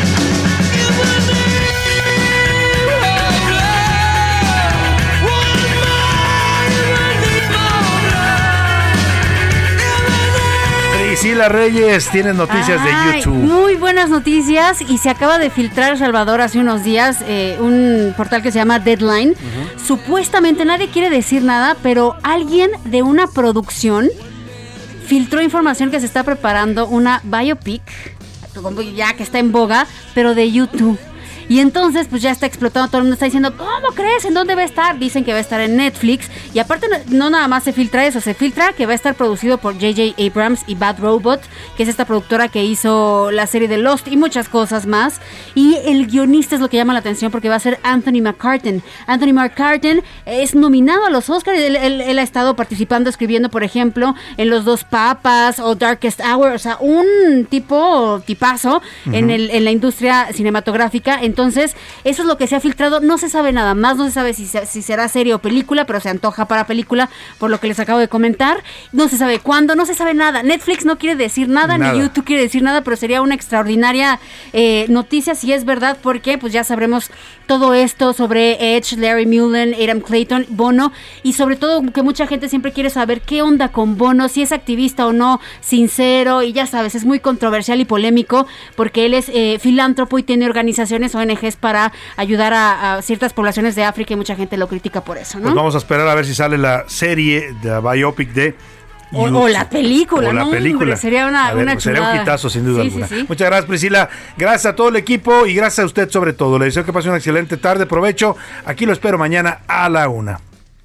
Priscila Reyes, tienes noticias de YouTube. Muy buenas noticias, y se acaba de filtrar, Salvador, hace unos días, un portal que se llama Deadline. Supuestamente, nadie quiere decir nada, pero alguien de una producción filtró información que se está preparando una biopic, ya que está en boga, pero de YouTube. Y entonces, pues ya está explotando, todo el mundo está diciendo, ¿cómo crees? ¿En dónde va a estar? Dicen que va a estar en Netflix. Y aparte, no nada más se filtra eso, se filtra que va a estar producido por J.J. Abrams y Bad Robot, que es esta productora que hizo la serie de Lost y muchas cosas más. Y el guionista es lo que llama la atención, porque va a ser Anthony McCartan. Anthony McCartan es nominado a los Oscars. Él ha estado participando, escribiendo, por ejemplo, en Los Dos Papas o Darkest Hour. O sea, un tipazo en la industria cinematográfica. Entonces, eso es lo que se ha filtrado. No se sabe nada más, no se sabe si será serie o película, pero se antoja para película, por lo que les acabo de comentar. No se sabe cuándo, no se sabe nada. Netflix no quiere decir nada, ni YouTube quiere decir nada, pero sería una extraordinaria noticia si es verdad, porque pues ya sabremos todo esto sobre Edge, Larry Mullen, Adam Clayton, Bono, y sobre todo que mucha gente siempre quiere saber qué onda con Bono, si es activista o no, sincero, y ya sabes, es muy controversial y polémico, porque él es filántropo y tiene organizaciones ONGs para ayudar a ciertas poblaciones de África, y mucha gente lo critica por eso, ¿no? Pues vamos a esperar a ver si sale la serie, de biopic de... O la película, ¿no? Hombre, sería una chulada. Sería un hitazo, sin duda alguna. Sí. Muchas gracias, Priscila. Gracias a todo el equipo y gracias a usted sobre todo. Le deseo que pase una excelente tarde. Provecho. Aquí lo espero mañana a la 1.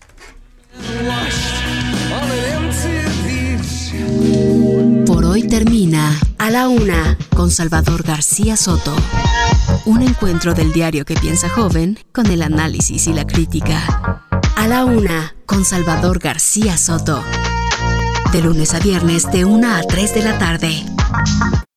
Por hoy termina A la 1 con Salvador García Soto. Un encuentro del diario que piensa joven con el análisis y la crítica. A la 1 con Salvador García Soto. De lunes a viernes de 1 a 3 de la tarde.